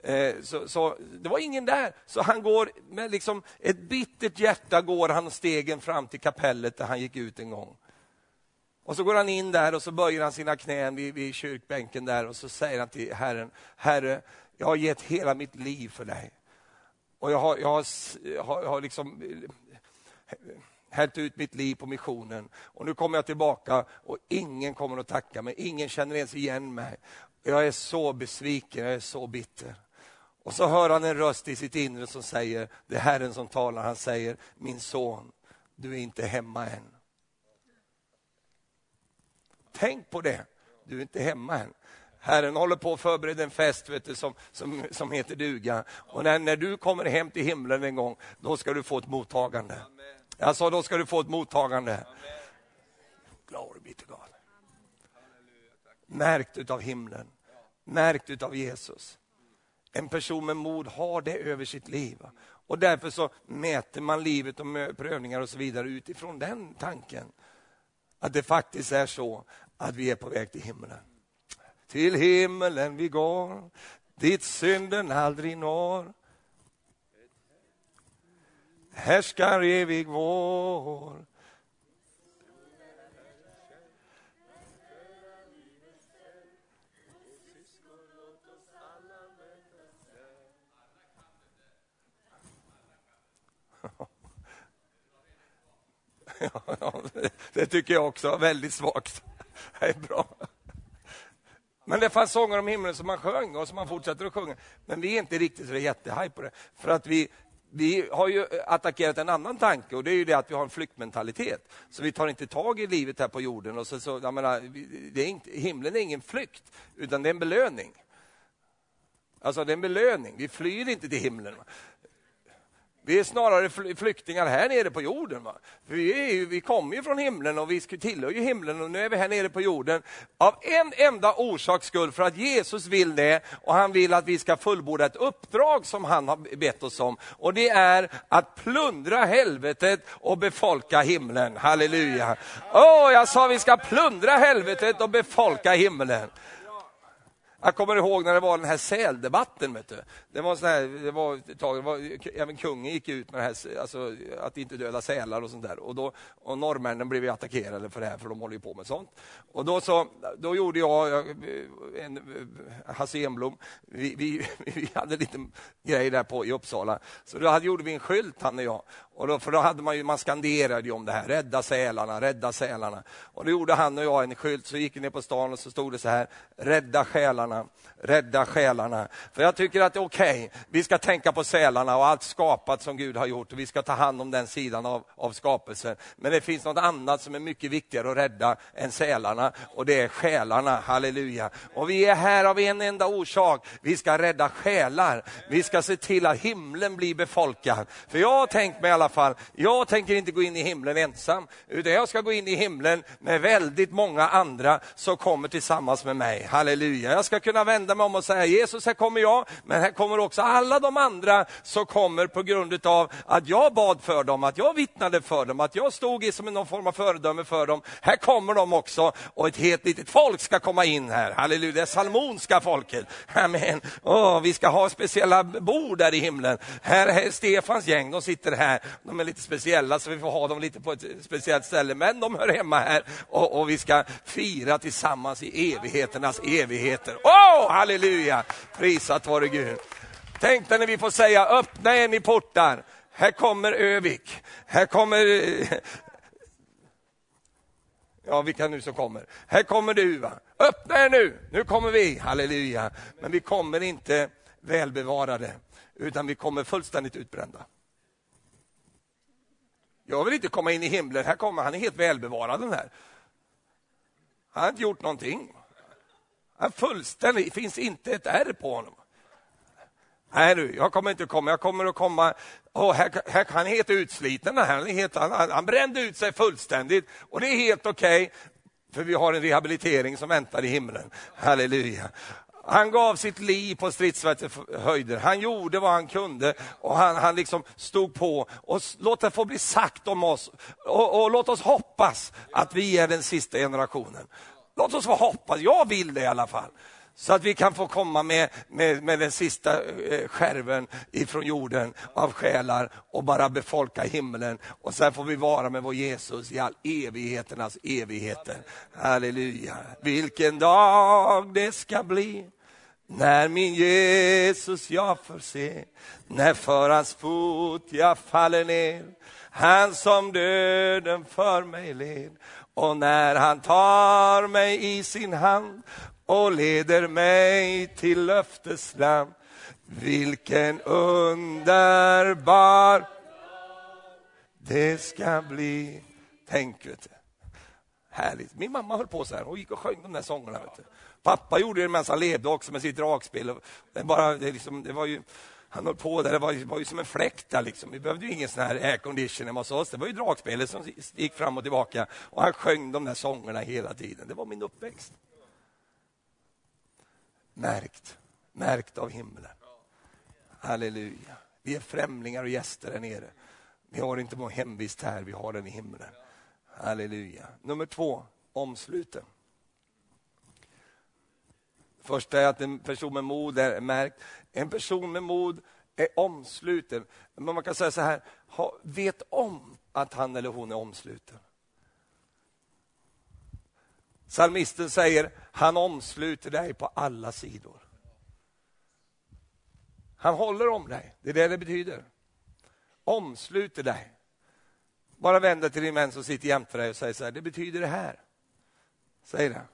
Speaker 1: Så det var ingen där. Så han går med liksom ett bittert hjärta går han stegen fram till kapellet där han gick ut en gång. Och så går han in där och så böjer han sina knän vid kyrkbänken där och så säger han till Herren, Herre, jag har gett hela mitt liv för dig. Och jag har liksom hällt ut mitt liv på missionen. Och nu kommer jag tillbaka och ingen kommer att tacka mig. Ingen känner ens igen mig. Jag är så besviken, jag är så bitter. Och så hör han en röst i sitt inre som säger, det är Herren som talar. Han säger, min son, du är inte hemma än. Tänk på det, du är inte hemma än. Herren håller på att förbereda en fest vet du, som heter duga. Och när du kommer hem till himlen en gång, då ska du få ett mottagande. Jag sa, då ska du få ett mottagande. Glory be to God. Märkt utav himlen. Märkt utav Jesus. En person med mod har det över sitt liv. Och därför så mäter man livet och prövningar och så vidare utifrån den tanken. Att det faktiskt är så att vi är på väg till himlen. Till himlen vi går, dit synden aldrig når. Härskar evig vår. Ja, det tycker jag också, väldigt svagt. Det är bra. Men det fanns sånger om himlen som man sjöng och som man fortsätter att sjunga. Men vi är inte riktigt så jättehaj på det. För att vi har ju attackerat en annan tanke och det är ju det att vi har en flyktmentalitet. Så vi tar inte tag i livet här på jorden. Och så jag menar, det är inte, himlen är ingen flykt utan det är en belöning. Alltså det är en belöning, vi flyr inte till himlen. Vi är snarare flyktingar här nere på jorden. Va? För vi kommer ju från himlen och vi tillhör ju himlen och nu är vi här nere på jorden. Av en enda orsak skull, för att Jesus vill det och han vill att vi ska fullborda ett uppdrag som han har bett oss om. Och det är att plundra helvetet och befolka himlen. Halleluja. Jag sa vi ska plundra helvetet och befolka himlen. Jag kommer ihåg när det var den här säldebatten, vet du. Det var så här, även kungen gick ut med det här, alltså, att inte döda sälar och sånt där. Och norrmännen blev ju attackerade för det här, för de håller ju på med sånt. Och då gjorde jag Hasse Enblom, vi hade lite grej där på i Uppsala. Så då gjorde vi en skylt, han och jag. För då hade man skanderade ju om det här, rädda sälarna, rädda sälarna. Och då gjorde han och jag en skylt, så gick vi ner på stan och så stod det så här: rädda själarna, rädda själarna. För jag tycker att det är okej. Vi ska tänka på sälarna och allt skapat som Gud har gjort. Och vi ska ta hand om den sidan av skapelsen. Men det finns något annat som är mycket viktigare att rädda än sälarna. Och det är själarna, halleluja. Och vi är här av en enda orsak. Vi ska rädda själar. Vi ska se till att himlen blir befolkad. För jag har tänkt mig i alla fall, jag tänker inte gå in i himlen ensam. Utan jag ska gå in i himlen med väldigt många andra som kommer tillsammans med mig. Halleluja. Jag ska kunna vända mig om och säga: Jesus, här kommer jag, men här kommer också alla de andra som kommer på grund av att jag bad för dem, att jag vittnade för dem, att jag stod i som någon form av föredöme för dem. Här kommer de också, och ett helt litet folk ska komma in här. Halleluja, det är salmonska folket. Amen. Vi ska ha speciella bord där i himlen. Här är Stefans gäng, de sitter här. De är lite speciella, så vi får ha dem lite på ett speciellt ställe, men de hör hemma här, och vi ska fira tillsammans i evigheternas evigheter. Halleluja, prisat vare Gud. Tänk dig när vi får säga: öppna en i portar, här kommer Övik, här kommer vilka nu som kommer, här kommer du, va? Öppna er nu kommer vi, halleluja. Men vi kommer inte välbevarade, utan vi kommer fullständigt utbrända. Jag vill inte komma in i himlen, här kommer han är helt välbevarad, den här. Han har inte gjort någonting. Han fullständigt, finns inte ett ärr på honom. Nej du, jag kommer inte komma. Jag kommer att komma. Han är helt utsliten. Han brände ut sig fullständigt. Och det är helt okej. För vi har en rehabilitering som väntar i himlen. Halleluja. Han gav sitt liv på stridsvärtets höjder. Han gjorde vad han kunde. Och han liksom stod på. Och låt det få bli sagt om oss. Och låt oss hoppas att vi är den sista generationen. Låt oss få hoppas. Jag vill det i alla fall. Så att vi kan få komma med den sista skärven ifrån jorden av själar och bara befolka himlen. Och sen får vi vara med vår Jesus i all evigheternas evigheter. Halleluja. Vilken dag det ska bli när min Jesus jag får se. När för hans fot jag faller ner. Han som döden för mig led. Och när han tar mig i sin hand och leder mig till löftesland. Vilken underbar det ska bli. Tänk, vet du. Härligt. Min mamma höll på så här. Hon gick och sjöng de där sångerna, vet du. Pappa gjorde det medan han levde också med sitt dragspel. Det var ju, han höll på där. Det var ju som en fläkt där liksom. Vi behövde ju ingen sån här aircondition hemma hos oss. Det var ju dragspelet som gick fram och tillbaka. Och han sjöng de där sångerna hela tiden. Det var min uppväxt. Märkt av himlen. Halleluja. Vi är främlingar och gäster där nere. Vi har inte vår hemvist här, vi har den i himlen. Halleluja. Nummer 2, omsluten. Första är att en person med mod är märkt. En person med mod är omsluten. Men man kan säga så här, vet om att han eller hon är omsluten. Psalmisten säger, han omsluter dig på alla sidor. Han håller om dig, det är det betyder. Omsluter dig. Bara vända till din vän som sitter jämte dig och säger så här, det betyder det här. Säg det.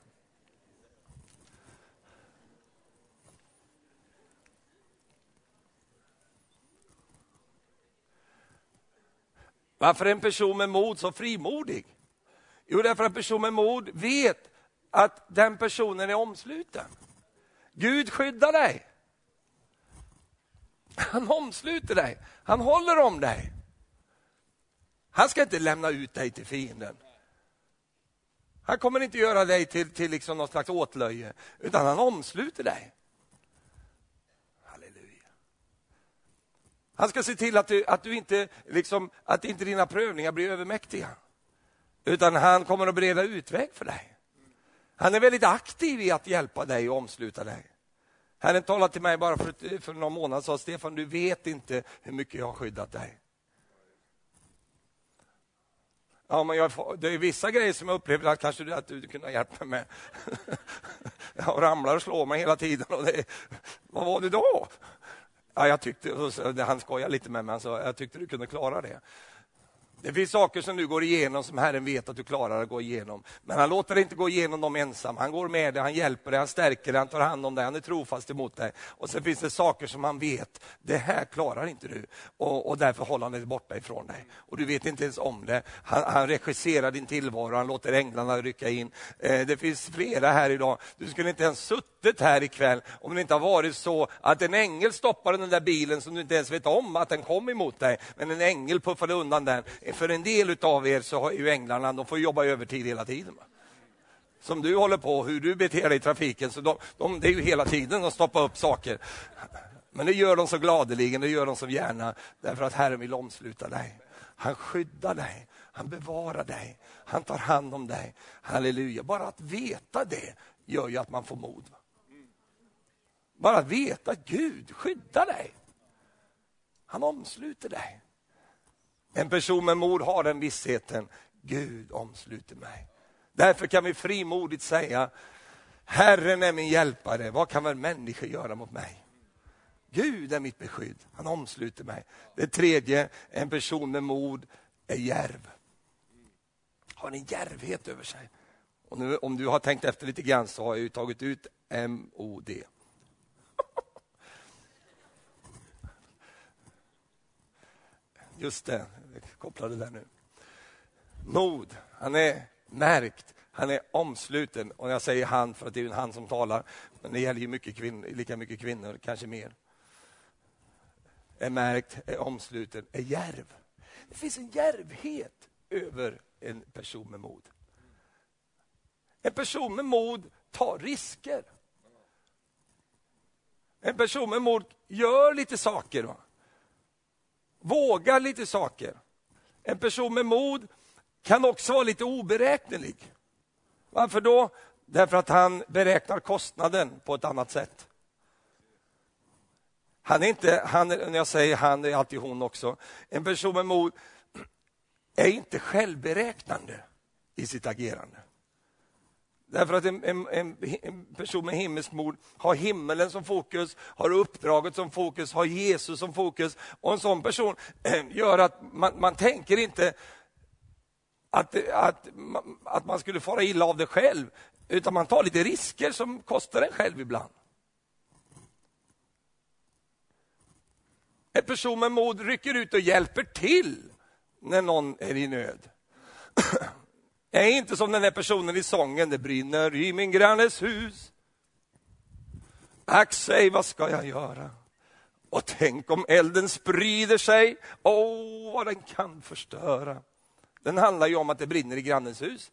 Speaker 1: Varför är en person med mod så frimodig? Jo, därför att en person med mod vet att den personen är omsluten. Gud skyddar dig. Han omsluter dig. Han håller om dig. Han ska inte lämna ut dig till fienden. Han kommer inte göra dig till liksom någon slags åtlöje, utan han omsluter dig. Halleluja. Han ska se till att du inte liksom, att inte dina prövningar blir övermäktiga, utan han kommer att bereda utväg för dig. Han är väldigt aktiv i att hjälpa dig och omsluta dig. Herren talade till mig bara för någon månad och sa: Stefan, du vet inte hur mycket jag har skyddat dig. Ja, men det är vissa grejer som jag upplever att kanske att du kunde hjälpa mig med. Jag ramlar och slår mig hela tiden. Och vad var det då? Ja, jag tyckte, han skojar lite med mig, han sa, jag tyckte du kunde klara det. Det finns saker som du går igenom som Herren vet att du klarar att gå igenom. Men han låter dig inte gå igenom dem ensam. Han går med dig, han hjälper dig, han stärker dig, han tar hand om dig, han är trofast emot dig. Och sen finns det saker som han vet, det här klarar inte du. Och därför håller han dig borta ifrån dig. Och du vet inte ens om det. Han regisserar din tillvaro, han låter änglarna rycka in. Det finns flera här idag. Du skulle inte ens suttit här ikväll om det inte har varit så att en ängel stoppade den där bilen som du inte ens vet om att den kom emot dig. Men en ängel puffade undan den. För en del av er så har ju änglarna, de får jobba övertid hela tiden. Som du håller på, hur du beter dig i trafiken, så det är ju hela tiden att stoppa upp saker. Men det gör de så gladeligen, det gör de så gärna, därför att Herren vill omsluta dig. Han skyddar dig, han bevarar dig, han tar hand om dig. Halleluja, bara att veta det gör ju att man får mod. Bara att veta att Gud skyddar dig. Han omsluter dig. En person med mod har den vissheten: Gud omsluter mig. Därför kan vi frimodigt säga: Herren är min hjälpare, vad kan väl människor göra mot mig? Gud är mitt beskydd, han omsluter mig. Det tredje, en person med mod är djärv. Har en djärvhet över sig. Och nu, om du har tänkt efter lite grann, så har jag ju tagit ut M-O-D. Just det, jag kopplade det där nu. Mod, han är märkt, han är omsluten. Och jag säger han för att det är en han som talar. Men det gäller ju lika mycket kvinnor, kanske mer. Är märkt, är omsluten, är djärv. Det finns en djärvhet över en person med mod. En person med mod tar risker. En person med mod gör lite saker, va? Vågar lite saker. En person med mod kan också vara lite oberäknelig. Varför då? Därför att han beräknar kostnaden på ett annat sätt. När jag säger han, är alltid hon också. En person med mod är inte självberäknande i sitt agerande. Därför att en person med himmelsk mod har himmelen som fokus, har uppdraget som fokus, har Jesus som fokus. Och en sån person gör att man tänker inte att man skulle fara illa av det själv, utan man tar lite risker som kostar en själv ibland. En person med mod rycker ut och hjälper till när någon är i nöd. Jag är inte som den där personen i sången: det brinner i min grannes hus. Ack, säg, vad ska jag göra? Och tänk om elden sprider sig. Vad den kan förstöra. Den handlar ju om att det brinner i grannens hus.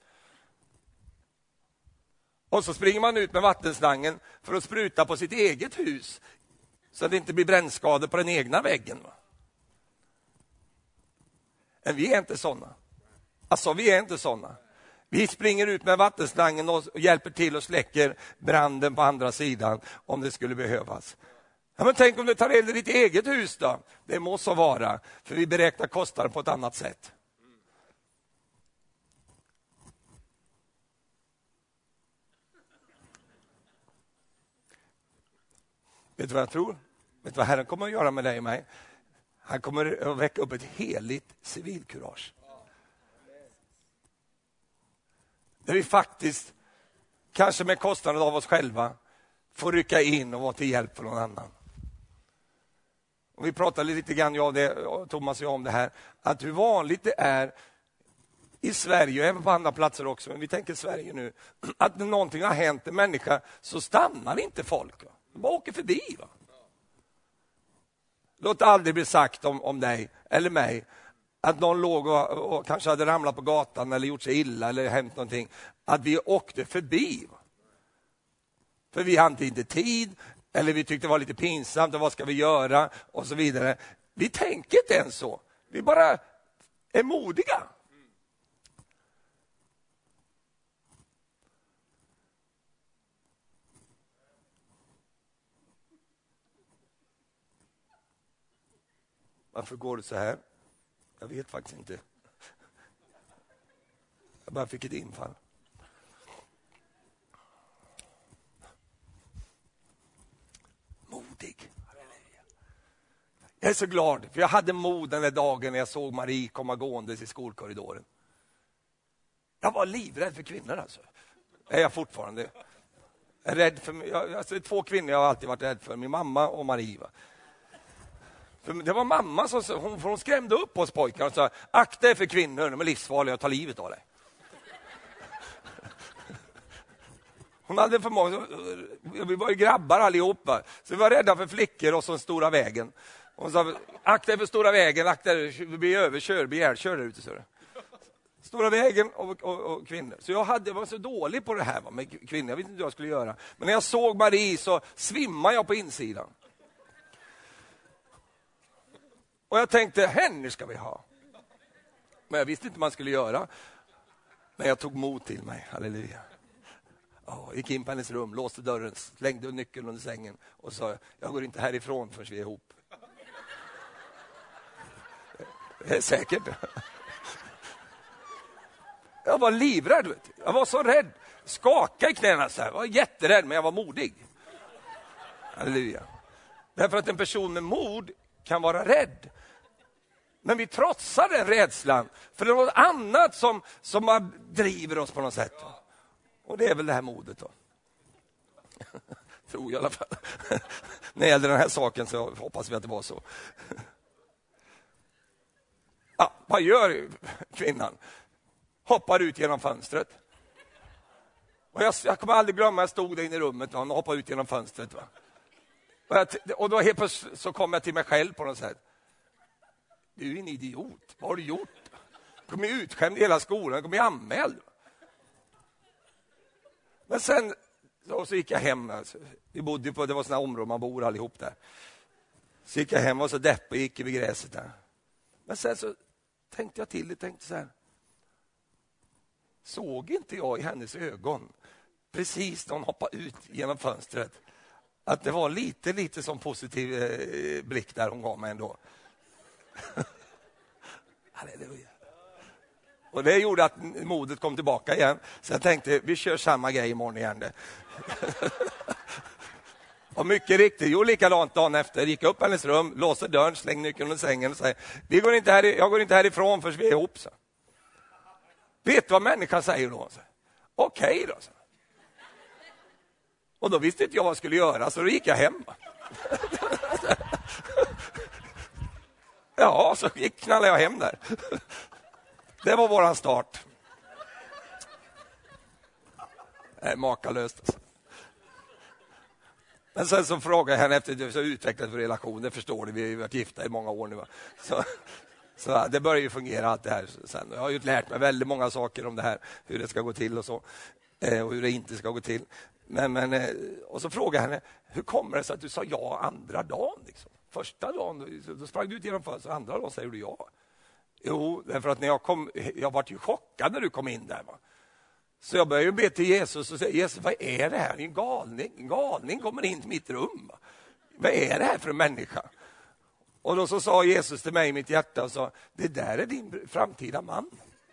Speaker 1: Och så springer man ut med vattenslangen för att spruta på sitt eget hus, så att det inte blir brännskador på den egna väggen. Men vi är inte sådana. Alltså, vi är inte sådana. Vi springer ut med vattenslangen och hjälper till och släcker branden på andra sidan om det skulle behövas. Ja, men tänk om du tar eld i ditt eget hus då? Det må så vara, för vi beräknar kostnaden på ett annat sätt. Vet du vad jag tror? Vet du vad Herren kommer att göra med dig och mig? Han kommer att väcka upp ett heligt civilkurage. Där vi faktiskt, kanske med kostnaden av oss själva, får rycka in och vara till hjälp för någon annan. Och vi pratade lite grann, Thomas och jag, om det här. Att hur vanligt det är i Sverige och även på andra platser också, men vi tänker Sverige nu, att när någonting har hänt en människa så stannar inte folk. De bara åker förbi. Va? Låt aldrig bli sagt om dig eller mig att någon låg och kanske hade ramlat på gatan eller gjort sig illa eller hänt någonting. Att vi åkte förbi. För vi hade inte tid eller vi tyckte det var lite pinsamt och vad ska vi göra och så vidare. Vi tänker inte ens så. Vi bara är modiga. Varför går det så här? Jag vet faktiskt inte. Jag bara fick ett infall. Modig. Jag är så glad, för jag hade mod den där dagen när jag såg Marie komma gåendes i skolkorridoren. Jag var livrädd för kvinnor alltså. Är jag fortfarande. Jag är rädd för, alltså, 2 kvinnor jag har alltid varit rädd för. Min mamma och Marie. Va? För det var mamma som hon skrämde upp oss pojkar och sa: akta er för kvinnor, de är livsfarliga och tar livet av dig. Hon hade för många, vi var ju grabbar allihopa, så vi var rädda för flickor och så Stora vägen. Hon sa: akta er för Stora vägen, akta er, vi blir överkörd, blir ihjälkörd där ute. Så. Stora vägen och kvinnor. Så jag var så dålig på det här med kvinnor, jag vet inte vad jag skulle göra. Men när jag såg Marie så svimmade jag på insidan. Och jag tänkte, henne ska vi ha. Men jag visste inte vad man skulle göra. Men jag tog mod till mig, halleluja. Gick in på hennes rum, låste dörren, slängde nyckeln under sängen och sa: jag går inte härifrån förrän vi är ihop. Säkert. Jag var livrädd, vet du. Jag var så rädd. Skakade i knäna så här. Jag var jätterädd, men jag var modig. Halleluja. Därför att en person med mod kan vara rädd. Men vi trotsar den rädslan. För det är något annat som driver oss på något sätt. Och det är väl det här modet då. Tror jag i alla fall. När det gäller den här saken så hoppas vi att det var så. Ja, vad gör kvinnan? Hoppar ut genom fönstret. Och jag kommer aldrig glömma, jag stod där inne i rummet och han hoppade ut genom fönstret. Va? Och då helt plötsligt så kom jag till mig själv på något sätt. Du är en idiot, vad har du gjort? Jag kom utskämd i hela skolan, jag kom anmäld. Men sen så gick jag hem. Alltså. Vi bodde på, det var sådana områden man bor allihop där. Så gick jag hem och så deppade och gick över gräset där. Men sen så tänkte jag till, tänkte så här. Såg inte jag i hennes ögon, precis när hon hoppade ut genom fönstret, att det var lite som positiv blick där hon gav mig ändå. Halleluja. Och det gjorde att modet kom tillbaka igen. Så jag tänkte, vi kör samma grej imorgon igen. Och mycket riktigt, jo likadant dagen efter. Gick upp i hennes rum, låste dörren, slängde nyckeln under sängen och sa: jag går inte härifrån förrän vi är ihop. Så. Vet du vad människan säger då? Okej då. Så. Och då visste inte jag vad jag skulle göra, så då gick jag hem. Ja, så knallade jag hem där. Det var våran start. Makalöst. Alltså. Men sen så frågade jag henne efter så utvecklat för relation. Det förstår ni, vi har ju varit gifta i många år nu. Va? Så det börjar ju fungera allt det här sen. Jag har ju lärt mig väldigt många saker om det här. Hur det ska gå till och så. Och hur det inte ska gå till. Och så frågade jag henne, hur kommer det sig att du sa ja andra dagen? Liksom? Första dagen, då sprang du ut genom fönstret. Andra dagen säger du ja. Jo, därför att när jag var ju chockad när du kom in där. Va? Så jag började be till Jesus och säga: Jesus, vad är det här? En galning kommer in till mitt rum. Va? Vad är det här för en människa? Och då så sa Jesus till mig i mitt hjärta och sa: det där är din framtida man.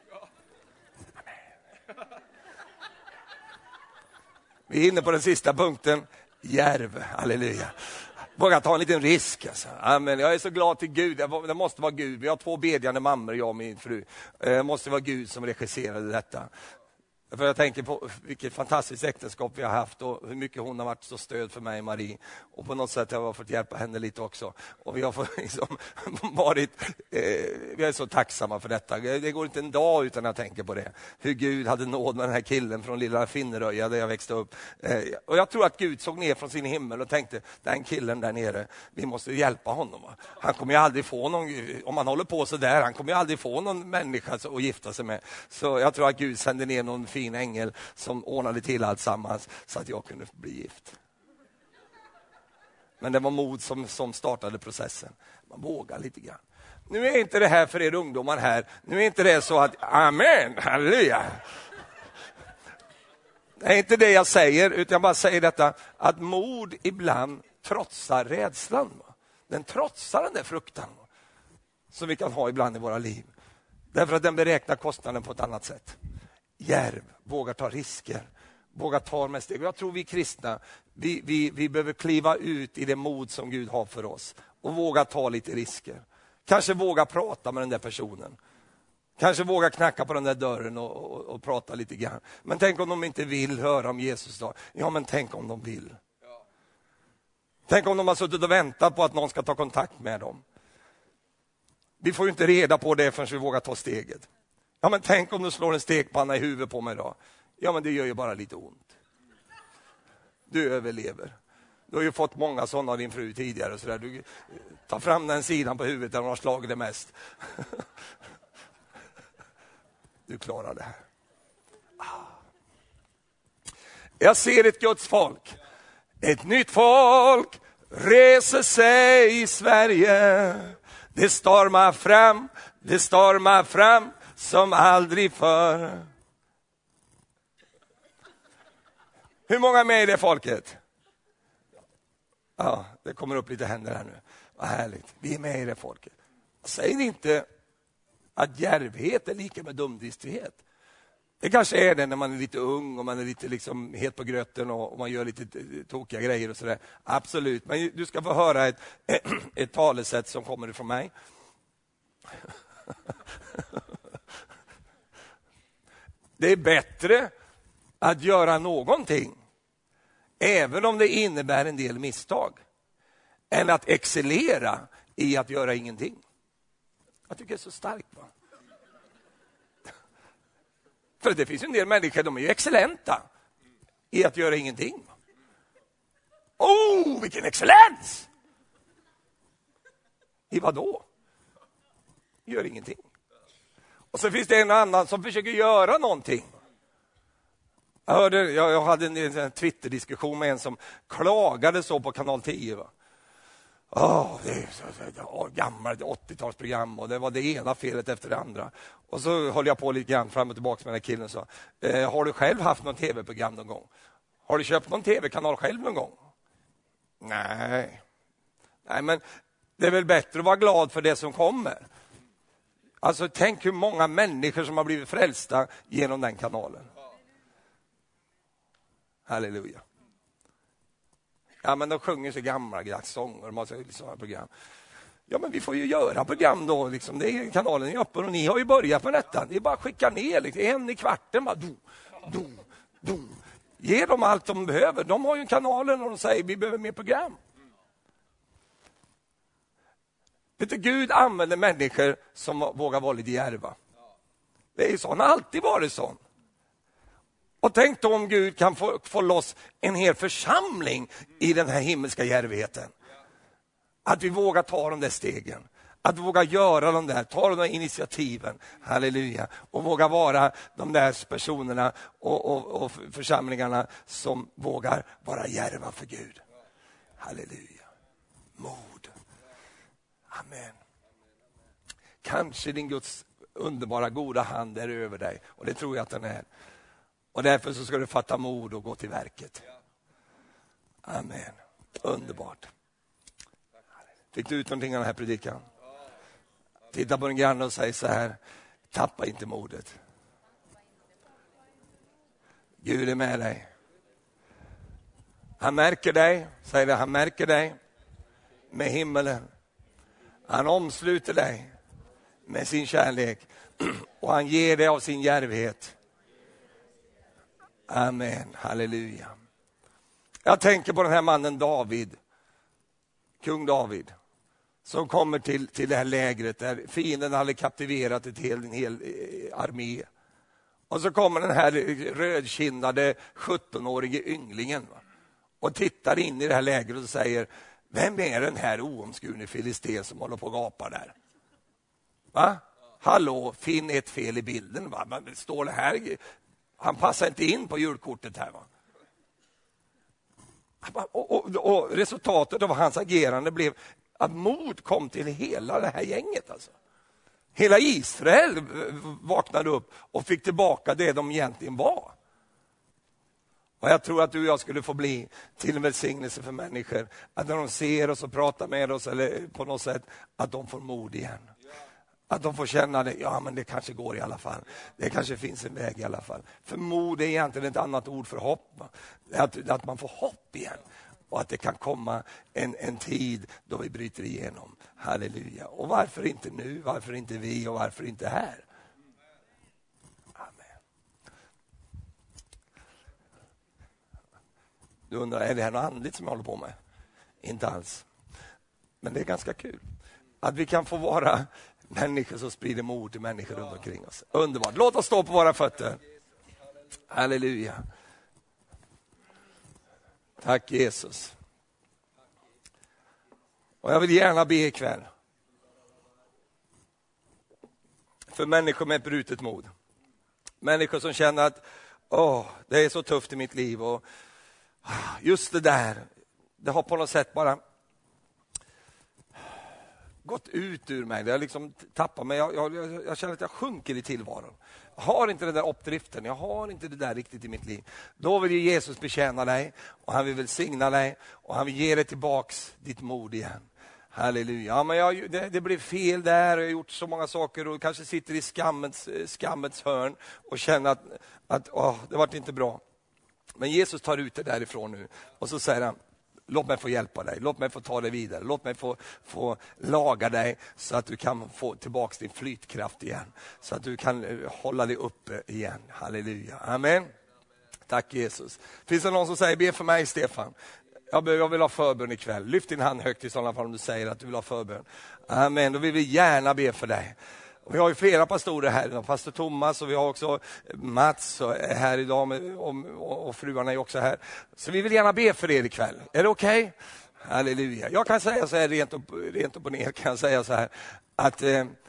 Speaker 1: Vi är inne på den sista punkten. Järv, halleluja. Våga ta en liten risk. Alltså. Amen. Jag är så glad till Gud. Det måste vara Gud. Vi har 2 bedjande mammor, jag och min fru. Det måste vara Gud som regisserade detta. För jag tänker på vilket fantastiskt äktenskap vi har haft och hur mycket hon har varit så stöd för mig, Marie. Och på något sätt har jag fått hjälpa henne lite också. Och vi har fått liksom varit, vi är så tacksamma för detta. Det går inte en dag utan jag tänker på det. Hur Gud hade nåd med den här killen från lilla Finneröja där jag växte upp. Och jag tror att Gud såg ner från sin himmel och tänkte, den killen där nere, vi måste hjälpa honom. Han kommer ju aldrig få någon, om man håller på så där, han kommer ju aldrig få någon människa att gifta sig med. Så jag tror att Gud sände ner någon fin ängel som ordnade till allt sammans så att jag kunde bli gift. Men det var mod som startade processen. Man vågar lite grann. Nu är inte det här för er ungdomar här. Nu är inte det så att, amen, halleluja. Det är inte det jag säger, utan jag bara säger detta, att mod ibland trotsar rädslan. Den trotsar den där fruktan som vi kan ha ibland i våra liv. Därför att den beräknar kostnaden på ett annat sätt. Järv, vågar ta risker, vågar ta med steg. Jag tror vi kristna, vi behöver kliva ut i det mod som Gud har för oss och våga ta lite risker. Kanske våga prata med den där personen. Kanske våga knacka på den där dörren och prata lite grann. Men tänk om de inte vill höra om Jesus då? Ja, men tänk om de vill. Tänk om de har suttit och väntat på att någon ska ta kontakt med dem. Vi får ju inte reda på det förrän vi vågar ta steget. Ja, men tänk om du slår en stekpanna i huvudet på mig då. Ja, men det gör ju bara lite ont. Du överlever. Du har ju fått många sådana av din fru tidigare. Så där. Du tar fram den sidan på huvudet där hon har slagit det mest. Du klarar det här. Jag ser ett Guds folk. Ett nytt folk reser sig i Sverige. Det stormar fram som aldrig förr. Hur många är med i det folket? Ja, det kommer upp lite händer här nu. Vad härligt, vi är med i det folket. Säg inte att djärvhet är lika med dumdristighet. Det kanske är det när man är lite ung och man är lite liksom het på gröten och man gör lite tokiga grejer och sådär. Absolut, men du ska få höra ett talesätt som kommer ifrån mig. Det är bättre att göra någonting, även om det innebär en del misstag, än att excellera i att göra ingenting. Jag tycker det är så starkt, va? För det finns en del människor, de är ju excellenta i att göra ingenting. Vilken excellens! I vad då? Gör ingenting. Och så finns det en annan som försöker göra någonting. Jag hade en Twitter-diskussion med en som klagade så på kanal 10. Va? Det är gammalt 80-talsprogram och det var det ena felet efter det andra. Och så höll jag på lite grann fram och tillbaka med den här killen och sa, har du själv haft någon tv-program någon gång? Har du köpt någon tv-kanal själv någon gång? Nej, men det är väl bättre att vara glad för det som kommer. Alltså tänk hur många människor som har blivit frälsta genom den kanalen. Halleluja. Ja, men de sjunger så gamla sånger och massa sådana program. Ja, men vi får ju göra program då. Liksom. Det är kanalen är öppen och ni har ju börjat med detta. Det är bara att skicka ner liksom. En i kvarten. Bara, Ge dem allt de behöver. De har ju kanalen och de säger vi behöver mer program. Vet du, Gud använder människor som vågar vara lite djärva. Det är ju så. Han har alltid varit sån. Och tänk då om Gud kan få loss en hel församling i den här himmelska djärvheten. Att vi vågar ta de där stegen. Att våga göra ta de där initiativen. Halleluja. Och våga vara de där personerna och församlingarna som vågar vara djärva för Gud. Halleluja. Mod. Amen. Kanske din Guds underbara goda hand är över dig. Och det tror jag att den är. Och därför så ska du fatta mod och gå till verket. Amen. Underbart. Fick du ut någonting av den här predikan? Titta på den granne och säg så här. Tappa inte modet. Gud är med dig. Han märker dig. Säg det, han märker dig med himmelen. Han omsluter dig med sin kärlek. Och han ger dig av sin djärvhet. Amen, halleluja. Jag tänker på den här mannen David, kung David, som kommer till det här lägret där fienden hade kaptiverat en hel armé. Och så kommer den här rödkindade 17-årige ynglingen och tittar in i det här lägret och säger: vem är den här oomskurne filisten som håller på och gapar där? Va? Hallå, finn ett fel i bilden. Va? Men står det här? Han passar inte in på julkortet här. Va? Och resultatet av hans agerande blev att mod kom till hela det här gänget. Alltså. Hela Israel vaknade upp och fick tillbaka det de egentligen var. Och jag tror att du och jag skulle få bli till en välsignelse för människor. Att när de ser oss och pratar med oss eller på något sätt, att de får mod igen. Att de får känna det, ja men det kanske går i alla fall. Det kanske finns en väg i alla fall. För mod är egentligen ett annat ord för hopp. Att man får hopp igen. Och att det kan komma en tid då vi bryter igenom. Halleluja. Och varför inte nu? Varför inte vi? Och varför inte här? Amen. Du undrar, är det här något andligt som jag håller på med? Inte alls. Men det är ganska kul. Att vi kan få vara människor som sprider mod till människor runt omkring oss. Underbart. Låt oss stå på våra fötter. Halleluja. Tack Jesus. Och jag vill gärna be ikväll för människor med brutet mod. Människor som känner att det är så tufft i mitt liv. Och just det där, det har på något sätt bara gått ut ur mig. Det har liksom tappat mig. Jag känner att jag sjunker i tillvaron. Jag har inte den där uppdriften. Jag har inte det där riktigt i mitt liv. Då vill ju Jesus betjäna dig. Och han vill välsigna dig. Och han vill ge dig tillbaks ditt mod igen. Halleluja. Ja, men det blev fel där. Jag har gjort så många saker. Och kanske sitter i skammets hörn. Och känner att det var inte bra. Men Jesus tar ut det därifrån nu. Och så säger han: låt mig få hjälpa dig. Låt mig få ta dig vidare. Låt mig få laga dig så att du kan få tillbaka din flytkraft igen. Så att du kan hålla dig uppe igen. Halleluja. Amen. Tack Jesus. Finns det någon som säger: be för mig Stefan? Jag vill ha förbön ikväll. Lyft din hand högt i sådana fall om du säger att du vill ha förbön. Amen. Då vill vi gärna be för dig. Vi har ju flera pastorer här. Pastor Thomas och vi har också Mats här idag och fruarna är också här. Så vi vill gärna be för er ikväll. Är det okej? Okay? Halleluja. Jag kan säga så här rent upp och ner kan jag säga så här att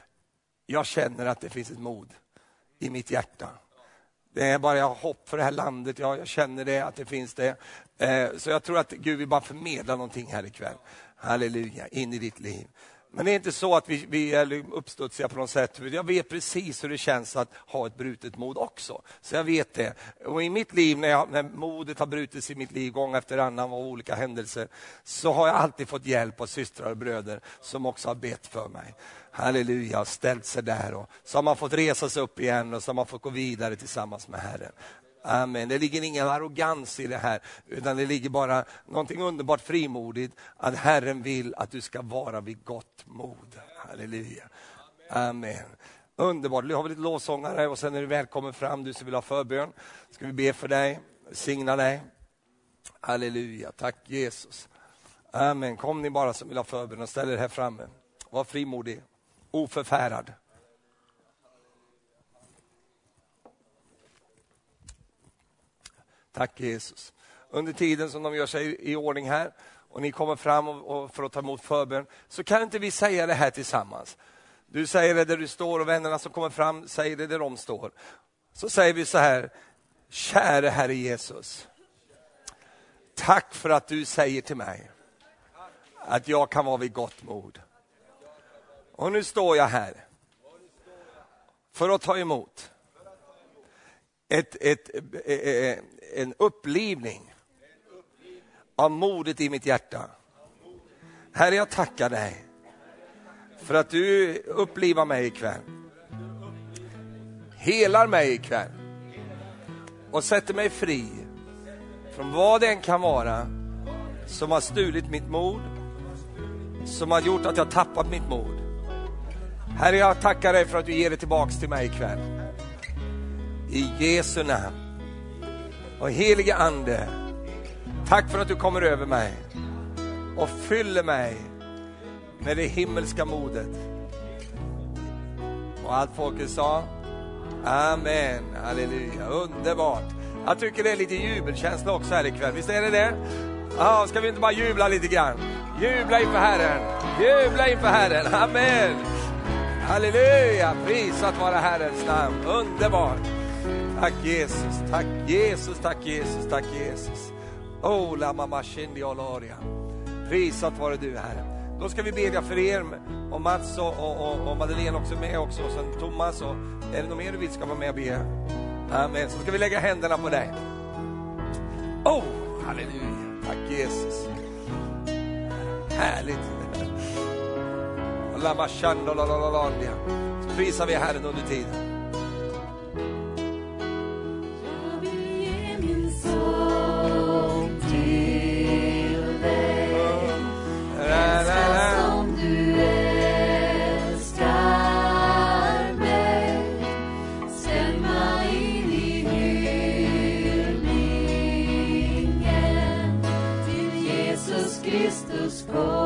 Speaker 1: jag känner att det finns ett mod i mitt hjärta. Det är bara jag har hopp för det här landet. Jag känner det, att det finns det. Så jag tror att Gud vill bara förmedla någonting här ikväll. Halleluja, in i ditt liv. Men det är inte så att vi är uppstudsiga på något sätt. Jag vet precis hur det känns att ha ett brutet mod också. Så jag vet det. Och i mitt liv, när modet har brutits i mitt liv gång efter annan av olika händelser, så har jag alltid fått hjälp av systrar och bröder som också har bett för mig. Halleluja, ställt sig där. Och så har man fått resa sig upp igen och så har man fått gå vidare tillsammans med Herren. Amen. Det ligger ingen arrogans i det här, utan det ligger bara någonting underbart frimodigt, att Herren vill att du ska vara vid gott mod. Halleluja. Amen. Underbart. Vi har lite lovsångare och sen är du välkommen fram, du som vill ha förbön. Ska vi be för dig, signa dig. Halleluja. Tack Jesus. Amen. Kom ni bara som vill ha förbön och ställ er här framme. Var frimodig, oförfärad. Tack Jesus. Under tiden som de gör sig i ordning här och ni kommer fram och för att ta emot förbön, så kan inte vi säga det här tillsammans. Du säger det där du står och vännerna som kommer fram säger det där de står. Så säger vi så här: käre Herre Jesus, tack för att du säger till mig att jag kan vara vid gott mod. Och nu står jag här för att ta emot en upplivning av modet i mitt hjärta. Herre, jag tackar dig för att du upplivar mig ikväll. Helar mig ikväll. Och sätter mig fri från vad det än kan vara som har stulit mitt mod, som har gjort att jag tappat mitt mod. Herre, jag tackar dig för att du ger det tillbaks till mig ikväll. I Jesu namn. Och helige ande, tack för att du kommer över mig och fyller mig med det himmelska modet. Och allt folket sa amen, halleluja, underbart. Jag tycker det är lite jubelkänsla också här ikväll, visst är det det? Ja, ska vi inte bara jubla lite grann? Jubla inför Herren, jubla inför Herren, amen. Halleluja, prisat vara Herrens namn, underbart. Tack Jesus, tack Jesus, tack Jesus, tack Jesus. Oh, la mamma kendi oloria. Prisat vare du, Herre. Då ska vi bedja för er, och Mats och Madeleine också med också, och sen Thomas, och är det någon mer du vill ska vara med och be? Amen. Så ska vi lägga händerna på dig. Oh, halleluja, tack Jesus. Härligt. La machando la la la la. Prisar vi Herren under tiden.
Speaker 2: Kristus kom.